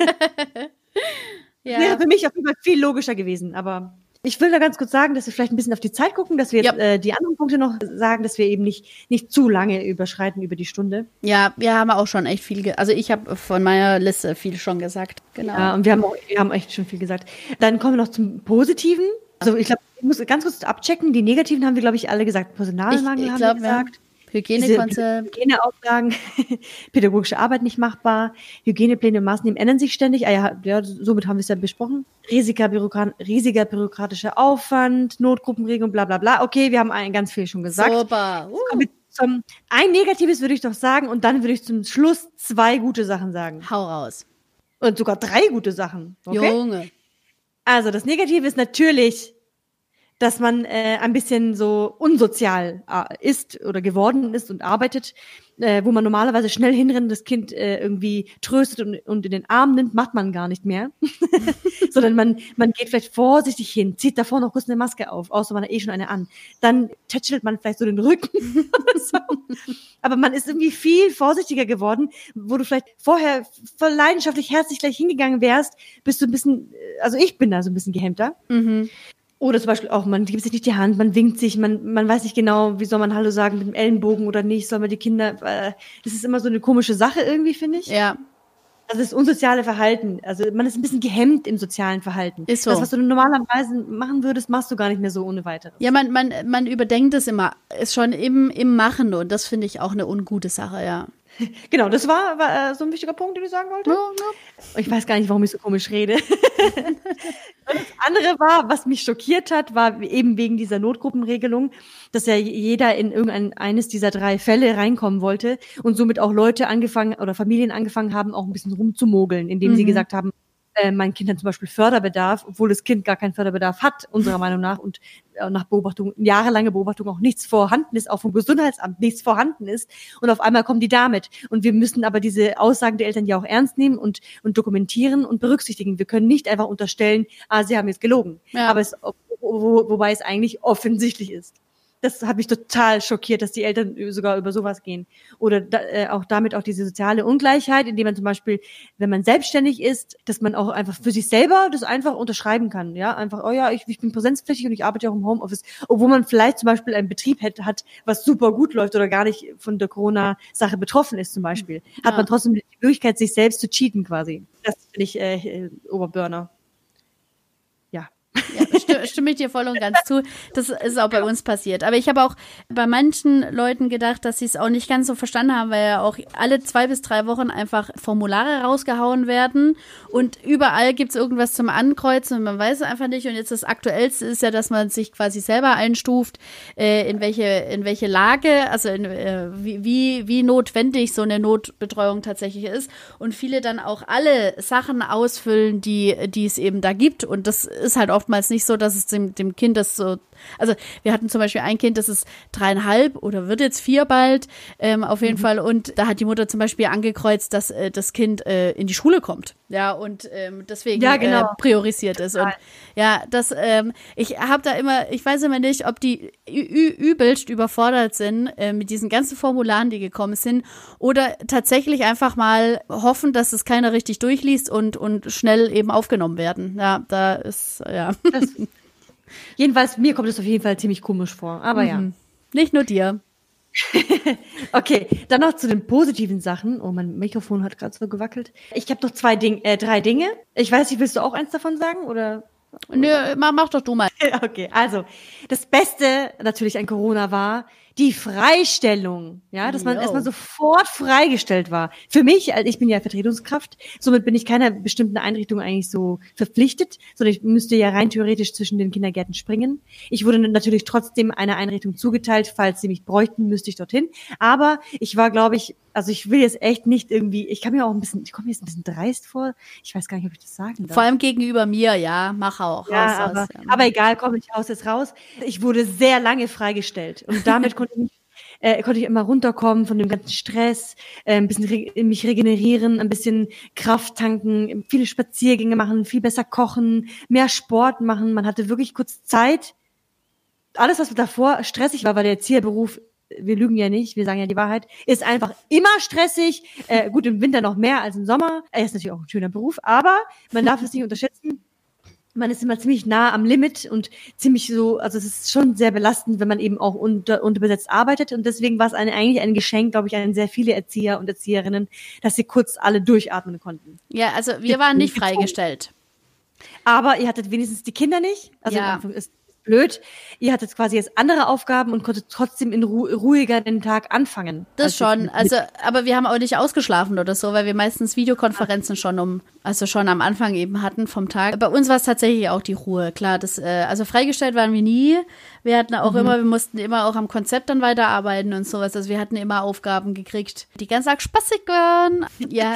Wäre Ja. für mich auf jeden Fall viel logischer gewesen. Aber ich will da ganz kurz sagen, dass wir vielleicht ein bisschen auf die Zeit gucken, dass wir jetzt Ja. äh, die anderen Punkte noch sagen, dass wir eben nicht nicht zu lange überschreiten über die Stunde. Ja, wir haben auch schon echt viel, ge also ich habe von meiner Liste viel schon gesagt. Genau. Ja, und wir haben auch, wir haben echt schon viel gesagt. Dann kommen wir noch zum Positiven. Also ich glaube, ich muss ganz kurz abchecken. Die Negativen haben wir, glaube ich, alle gesagt. Personalmangel ich ich haben glaube, wir gesagt. Hygienekonzept. Hygieneauflagen, pädagogische Arbeit nicht machbar, Hygienepläne und Maßnahmen ändern sich ständig. Ah ja, ja, somit haben wir es ja besprochen. Riesiger, Bürokrat riesiger bürokratischer Aufwand, Notgruppenregelung, bla bla bla. Okay, wir haben ein, ganz viel schon gesagt. Super. Uh. Kommen wir zum, ein Negatives würde ich doch sagen und dann würde ich zum Schluss zwei gute Sachen sagen. Hau raus. Und sogar drei gute Sachen. Okay? Junge. Also das Negative ist natürlich, dass man äh, ein bisschen so unsozial äh, ist oder geworden ist und arbeitet, äh, wo man normalerweise schnell hinrennt, das Kind äh, irgendwie tröstet und, und in den Arm nimmt, macht man gar nicht mehr. Sondern man man geht vielleicht vorsichtig hin, zieht davor noch kurz eine Maske auf, außer man hat eh schon eine an. Dann tätschelt man vielleicht so den Rücken. so. Aber man ist irgendwie viel vorsichtiger geworden, wo du vielleicht vorher voll leidenschaftlich herzlich gleich hingegangen wärst, bist du ein bisschen, also ich bin da so ein bisschen gehemmter. Mhm. Oder zum Beispiel auch, man gibt sich nicht die Hand, man winkt sich, man, man weiß nicht genau, wie soll man Hallo sagen, mit dem Ellenbogen oder nicht, soll man die Kinder, äh, das ist immer so eine komische Sache irgendwie, finde ich. Ja. Also das unsoziale Verhalten, also man ist ein bisschen gehemmt im sozialen Verhalten. Ist so. Das, was du normalerweise machen würdest, machst du gar nicht mehr so ohne weiteres. Ja, man, man, man überdenkt es immer. Ist schon im, im Machen und das finde ich auch eine ungute Sache, ja. Genau, das war, war äh, so ein wichtiger Punkt, den ich sagen wollte. Ja, ja. Ich weiß gar nicht, warum ich so komisch rede. Und das andere war, was mich schockiert hat, war eben wegen dieser Notgruppenregelung, dass ja jeder in irgendein eines dieser drei Fälle reinkommen wollte und somit auch Leute angefangen oder Familien angefangen haben, auch ein bisschen rumzumogeln, indem Mhm. sie gesagt haben, äh, mein Kind hat zum Beispiel Förderbedarf, obwohl das Kind gar keinen Förderbedarf hat, unserer Meinung nach, und äh, nach Beobachtung, jahrelange Beobachtung auch nichts vorhanden ist, auch vom Gesundheitsamt nichts vorhanden ist, und auf einmal kommen die damit. Und wir müssen aber diese Aussagen der Eltern ja auch ernst nehmen und, und dokumentieren und berücksichtigen. Wir können nicht einfach unterstellen, ah, sie haben jetzt gelogen. Ja. Aber es, wo, wo, wobei es eigentlich offensichtlich ist. das hat mich total schockiert, dass die Eltern sogar über sowas gehen. Oder da, äh, auch damit auch diese soziale Ungleichheit, indem man zum Beispiel, wenn man selbstständig ist, dass man auch einfach für sich selber das einfach unterschreiben kann. Ja, einfach, oh ja, ich, ich bin präsenzpflichtig und ich arbeite auch im Homeoffice. Obwohl man vielleicht zum Beispiel einen Betrieb hat, hat, was super gut läuft oder gar nicht von der Corona-Sache betroffen ist zum Beispiel. Ja. Hat man trotzdem die Möglichkeit, sich selbst zu cheaten quasi. Das finde ich äh, Oberburner. Ja, stimme, stimme ich dir voll und ganz zu. Das ist auch bei uns passiert. Aber ich habe auch bei manchen Leuten gedacht, dass sie es auch nicht ganz so verstanden haben, weil ja auch alle zwei bis drei Wochen einfach Formulare rausgehauen werden und überall gibt es irgendwas zum Ankreuzen und man weiß es einfach nicht. Und jetzt das Aktuellste ist ja, dass man sich quasi selber einstuft, äh, in welche in welche Lage, also in, äh, wie, wie wie notwendig so eine Notbetreuung tatsächlich ist. Und viele dann auch alle Sachen ausfüllen, die die es eben da gibt. Und das ist halt oftmals nicht so, dass es dem, dem Kind das so, also wir hatten zum Beispiel ein Kind, das ist dreieinhalb oder wird jetzt vier bald, ähm, auf jeden mhm. Fall, und da hat die Mutter zum Beispiel angekreuzt, dass äh, das Kind äh, in die Schule kommt, ja, und ähm, deswegen ja, genau. äh, priorisiert ist und ja, das, ähm, ich habe da immer, ich weiß immer nicht, ob die ü- übelst überfordert sind äh, mit diesen ganzen Formularen, die gekommen sind, oder tatsächlich einfach mal hoffen, dass es keiner richtig durchliest und, und schnell eben aufgenommen werden, ja, da ist, ja. Das, jedenfalls, mir kommt es auf jeden Fall ziemlich komisch vor, aber mhm. ja. Nicht nur dir. Okay, dann noch zu den positiven Sachen. Oh, mein Mikrofon hat gerade so gewackelt. Ich habe noch zwei Ding, äh, drei Dinge. Ich weiß nicht, willst du auch eins davon sagen, oder? Nö, mach, mach doch du mal. Okay, also, das Beste natürlich an Corona war die Freistellung, ja, dass man Jo. erstmal sofort freigestellt war. Für mich, also ich bin ja Vertretungskraft, somit bin ich keiner bestimmten Einrichtung eigentlich so verpflichtet, sondern ich müsste ja rein theoretisch zwischen den Kindergärten springen. Ich wurde natürlich trotzdem einer Einrichtung zugeteilt, falls sie mich bräuchten, müsste ich dorthin. Aber ich war, glaube ich, also ich will jetzt echt nicht irgendwie, ich kann mir auch ein bisschen, ich komme mir jetzt ein bisschen dreist vor. Ich weiß gar nicht, ob ich das sagen darf. Vor allem gegenüber mir, ja, mach auch. Ja, raus, aber, raus, ja. aber egal, komm, ich haus jetzt raus. Ich wurde sehr lange freigestellt und damit konnte ich, äh, konnte ich immer runterkommen von dem ganzen Stress, äh, ein bisschen re- mich regenerieren, ein bisschen Kraft tanken, viele Spaziergänge machen, viel besser kochen, mehr Sport machen. Man hatte wirklich kurz Zeit. Alles, was davor stressig war, weil der Erzieherberuf, wir lügen ja nicht, wir sagen ja die Wahrheit, ist einfach immer stressig. Äh, gut, im Winter noch mehr als im Sommer. Er ist natürlich auch ein schöner Beruf, aber man darf es nicht unterschätzen. Man ist immer ziemlich nah am Limit und ziemlich so, also es ist schon sehr belastend, wenn man eben auch unter, unterbesetzt arbeitet. Und deswegen war es eine, eigentlich ein Geschenk, glaube ich, an sehr viele Erzieher und Erzieherinnen, dass sie kurz alle durchatmen konnten. Ja, also wir waren nicht freigestellt. Aber ihr hattet wenigstens die Kinder nicht. Also ja. am Anfang ist blöd. Ihr hattet quasi jetzt andere Aufgaben und konntet trotzdem in Ru- ruhiger den Tag anfangen. Das schon, also, aber wir haben auch nicht ausgeschlafen oder so, weil wir meistens Videokonferenzen schon um, also schon am Anfang eben hatten vom Tag. Bei uns war es tatsächlich auch die Ruhe, klar, das, äh, also freigestellt waren wir nie. Wir hatten auch mhm. immer, wir mussten immer auch am Konzept dann weiterarbeiten und sowas, also wir hatten immer Aufgaben gekriegt, die ganz arg spaßig waren. Ja.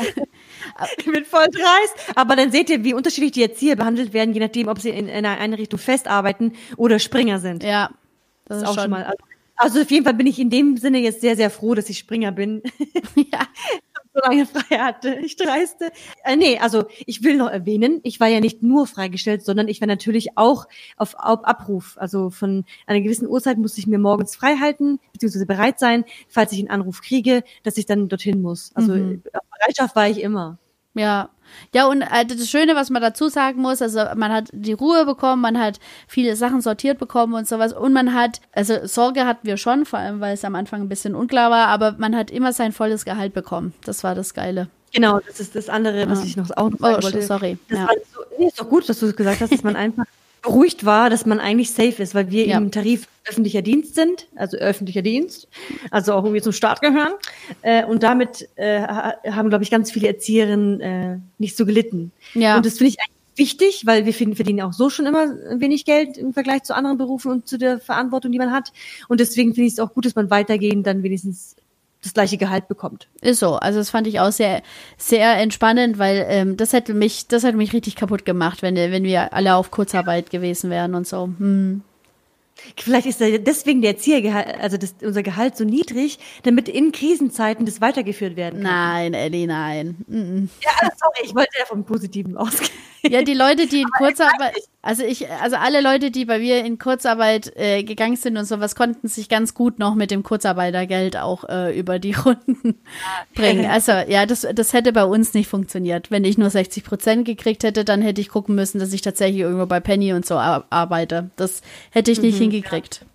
Ich bin voll dreist. Aber dann seht ihr, wie unterschiedlich die Erzieher behandelt werden, je nachdem, ob sie in, in einer Einrichtung festarbeiten oder Springer sind. Ja, das, das ist auch schon, schon mal. Also auf jeden Fall bin ich in dem Sinne jetzt sehr, sehr froh, dass ich Springer bin. Ja. So lange frei hatte. Ich dreiste. Äh, nee, also ich will noch erwähnen, ich war ja nicht nur freigestellt, sondern ich war natürlich auch auf, auf Abruf. Also von einer gewissen Uhrzeit musste ich mir morgens frei halten, beziehungsweise bereit sein, falls ich einen Anruf kriege, dass ich dann dorthin muss. Also mhm. auf Bereitschaft war ich immer. Ja, ja, und äh, das Schöne, was man dazu sagen muss, also man hat die Ruhe bekommen, man hat viele Sachen sortiert bekommen und sowas und man hat, also Sorge hatten wir schon, vor allem, weil es am Anfang ein bisschen unklar war, aber man hat immer sein volles Gehalt bekommen. Das war das Geile. Genau, das ist das andere, was ja. ich noch auch noch sagen oh, wollte. sorry. Das ja. war so, nee, ist doch gut, dass du es gesagt hast, dass man einfach beruhigt war, dass man eigentlich safe ist, weil wir ja. im Tarif öffentlicher Dienst sind, also öffentlicher Dienst, also auch irgendwie zum Staat gehören. Äh, und damit äh, haben, glaube ich, ganz viele Erzieherinnen äh, nicht so gelitten. Ja. Und das finde ich eigentlich wichtig, weil wir finden, verdienen auch so schon immer wenig Geld im Vergleich zu anderen Berufen und zu der Verantwortung, die man hat. Und deswegen finde ich es auch gut, dass man weitergehend dann wenigstens das gleiche Gehalt bekommt. Ist so. Also das fand ich auch sehr, sehr entspannend, weil ähm, das hätte mich, das hätte mich richtig kaputt gemacht, wenn, wenn wir alle auf Kurzarbeit gewesen wären und so. Hm. Vielleicht ist da deswegen der Erziehergehalt, also das, unser Gehalt so niedrig, damit in Krisenzeiten das weitergeführt werden kann. Nein, Elli, nein. Mm-mm. Ja, sorry, ich wollte ja vom Positiven ausgehen. Ja, die Leute, die in Kurzarbeit, also ich, also alle Leute, die bei mir in Kurzarbeit äh, gegangen sind und sowas, konnten sich ganz gut noch mit dem Kurzarbeitergeld auch äh, über die Runden bringen. Also ja, das, das hätte bei uns nicht funktioniert. Wenn ich nur sechzig Prozent gekriegt hätte, dann hätte ich gucken müssen, dass ich tatsächlich irgendwo bei Penny und so ar- arbeite. Das hätte ich nicht mhm, hingekriegt.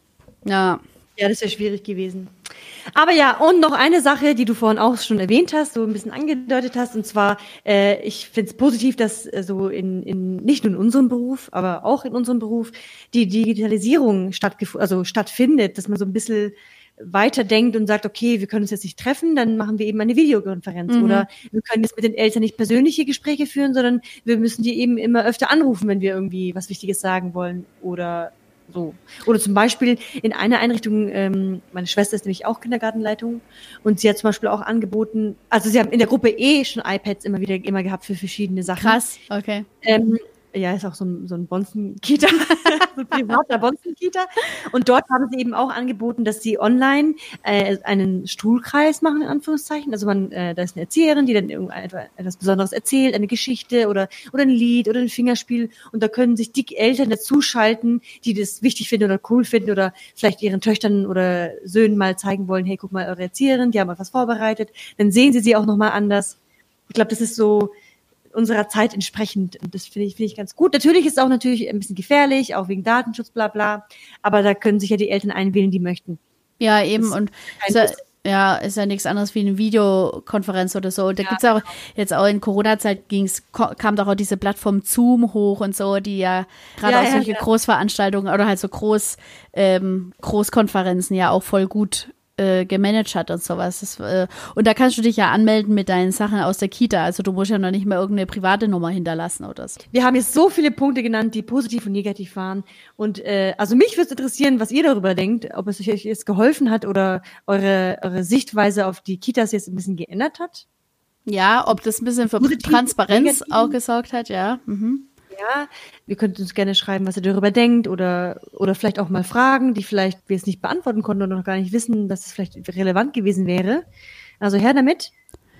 Ja. Ja, das wäre schwierig gewesen. Aber ja, und noch eine Sache, die du vorhin auch schon erwähnt hast, so ein bisschen angedeutet hast, und zwar, äh, ich finde es positiv, dass äh, so in, in nicht nur in unserem Beruf, aber auch in unserem Beruf die Digitalisierung stattgef- also stattfindet, dass man so ein bisschen weiterdenkt und sagt, okay, wir können uns jetzt nicht treffen, dann machen wir eben eine Videokonferenz. Mhm. Oder wir können jetzt mit den Eltern nicht persönliche Gespräche führen, sondern wir müssen die eben immer öfter anrufen, wenn wir irgendwie was Wichtiges sagen wollen oder so. Oder zum Beispiel in einer Einrichtung, ähm, meine Schwester ist nämlich auch Kindergartenleitung und sie hat zum Beispiel auch angeboten, also sie haben in der Gruppe eh schon iPads immer wieder immer gehabt für verschiedene Sachen. Krass, okay. Ähm, ja, ist auch so ein, so ein Bonzen-Kita, so ein privater Bonzen-Kita. Und dort haben sie eben auch angeboten, dass sie online äh, einen Stuhlkreis machen, in Anführungszeichen. Also man, äh, da ist eine Erzieherin, die dann etwas Besonderes erzählt, eine Geschichte oder oder ein Lied oder ein Fingerspiel. Und da können sich die Eltern dazuschalten, die das wichtig finden oder cool finden oder vielleicht ihren Töchtern oder Söhnen mal zeigen wollen, hey, guck mal, eure Erzieherin, die haben etwas vorbereitet. Dann sehen sie sie auch nochmal anders. Ich glaube, das ist so unserer Zeit entsprechend. Und das finde ich, finde ich ganz gut. Natürlich ist es auch natürlich ein bisschen gefährlich, auch wegen Datenschutz, bla bla. Aber da können sich ja die Eltern einwählen, die möchten. Ja, eben. Und ist ja, ja, ist ja nichts anderes wie eine Videokonferenz oder so. Und da ja, gibt's auch, jetzt auch in Corona-Zeit ging's, kam doch auch diese Plattform Zoom hoch und so, die ja gerade ja, auch solche ja, ja. Großveranstaltungen oder halt so Groß, ähm, Großkonferenzen ja auch voll gut gemanagt hat und sowas. Das, äh, und da kannst du dich ja anmelden mit deinen Sachen aus der Kita. Also du musst ja noch nicht mehr irgendeine private Nummer hinterlassen oder so. Wir haben jetzt so viele Punkte genannt, die positiv und negativ waren. Und äh, also mich würde es interessieren, was ihr darüber denkt, ob es euch jetzt geholfen hat oder eure, eure Sichtweise auf die Kitas jetzt ein bisschen geändert hat. Ja, ob das ein bisschen für positiv, Transparenz negativ auch gesorgt hat, ja. Mhm. Ja, ihr könnt uns gerne schreiben, was ihr darüber denkt oder oder vielleicht auch mal Fragen, die vielleicht wir es nicht beantworten konnten oder noch gar nicht wissen, dass es vielleicht relevant gewesen wäre. Also her damit.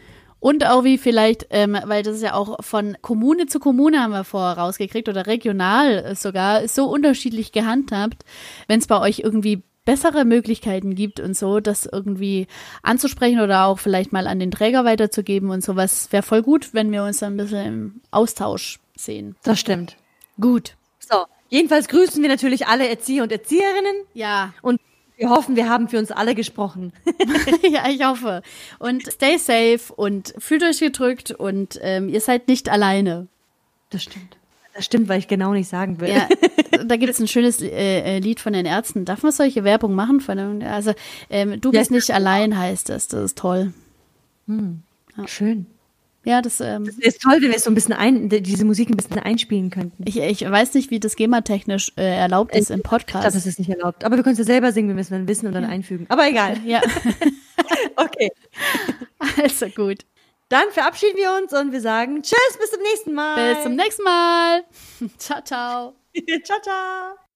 Und auch wie vielleicht, ähm, weil das ist ja auch von Kommune zu Kommune haben wir vorher rausgekriegt oder regional sogar, ist so unterschiedlich gehandhabt, wenn es bei euch irgendwie bessere Möglichkeiten gibt und so, das irgendwie anzusprechen oder auch vielleicht mal an den Träger weiterzugeben und sowas, wäre voll gut, wenn wir uns dann ein bisschen im Austausch sehen. Das stimmt. Gut. So, jedenfalls grüßen wir natürlich alle Erzieher und Erzieherinnen. Ja. Und wir hoffen, wir haben für uns alle gesprochen. Ja, ich hoffe. Und stay safe und fühlt euch gedrückt und ähm, ihr seid nicht alleine. Das stimmt. Das stimmt, weil ich genau nicht sagen will. Ja, da gibt es ein schönes äh, Lied von den Ärzten. Darf man solche Werbung machen? Von, also, ähm, du bist ja, nicht allein, heißt das. Das ist toll. Hm, ja. Schön. Ja, das, ähm, das ist toll, wenn wir so ein bisschen ein, diese Musik ein bisschen einspielen könnten. Ich, ich weiß nicht, wie das GEMA-technisch äh, erlaubt ist im Podcast. Ich glaube, das ist nicht erlaubt. Aber wir können es ja selber singen, wenn wir es dann wissen und dann ja. einfügen. Aber egal. Ja. Okay. Also gut. Dann verabschieden wir uns und wir sagen Tschüss, bis zum nächsten Mal. Bis zum nächsten Mal. Ciao, ciao. Ciao, ciao.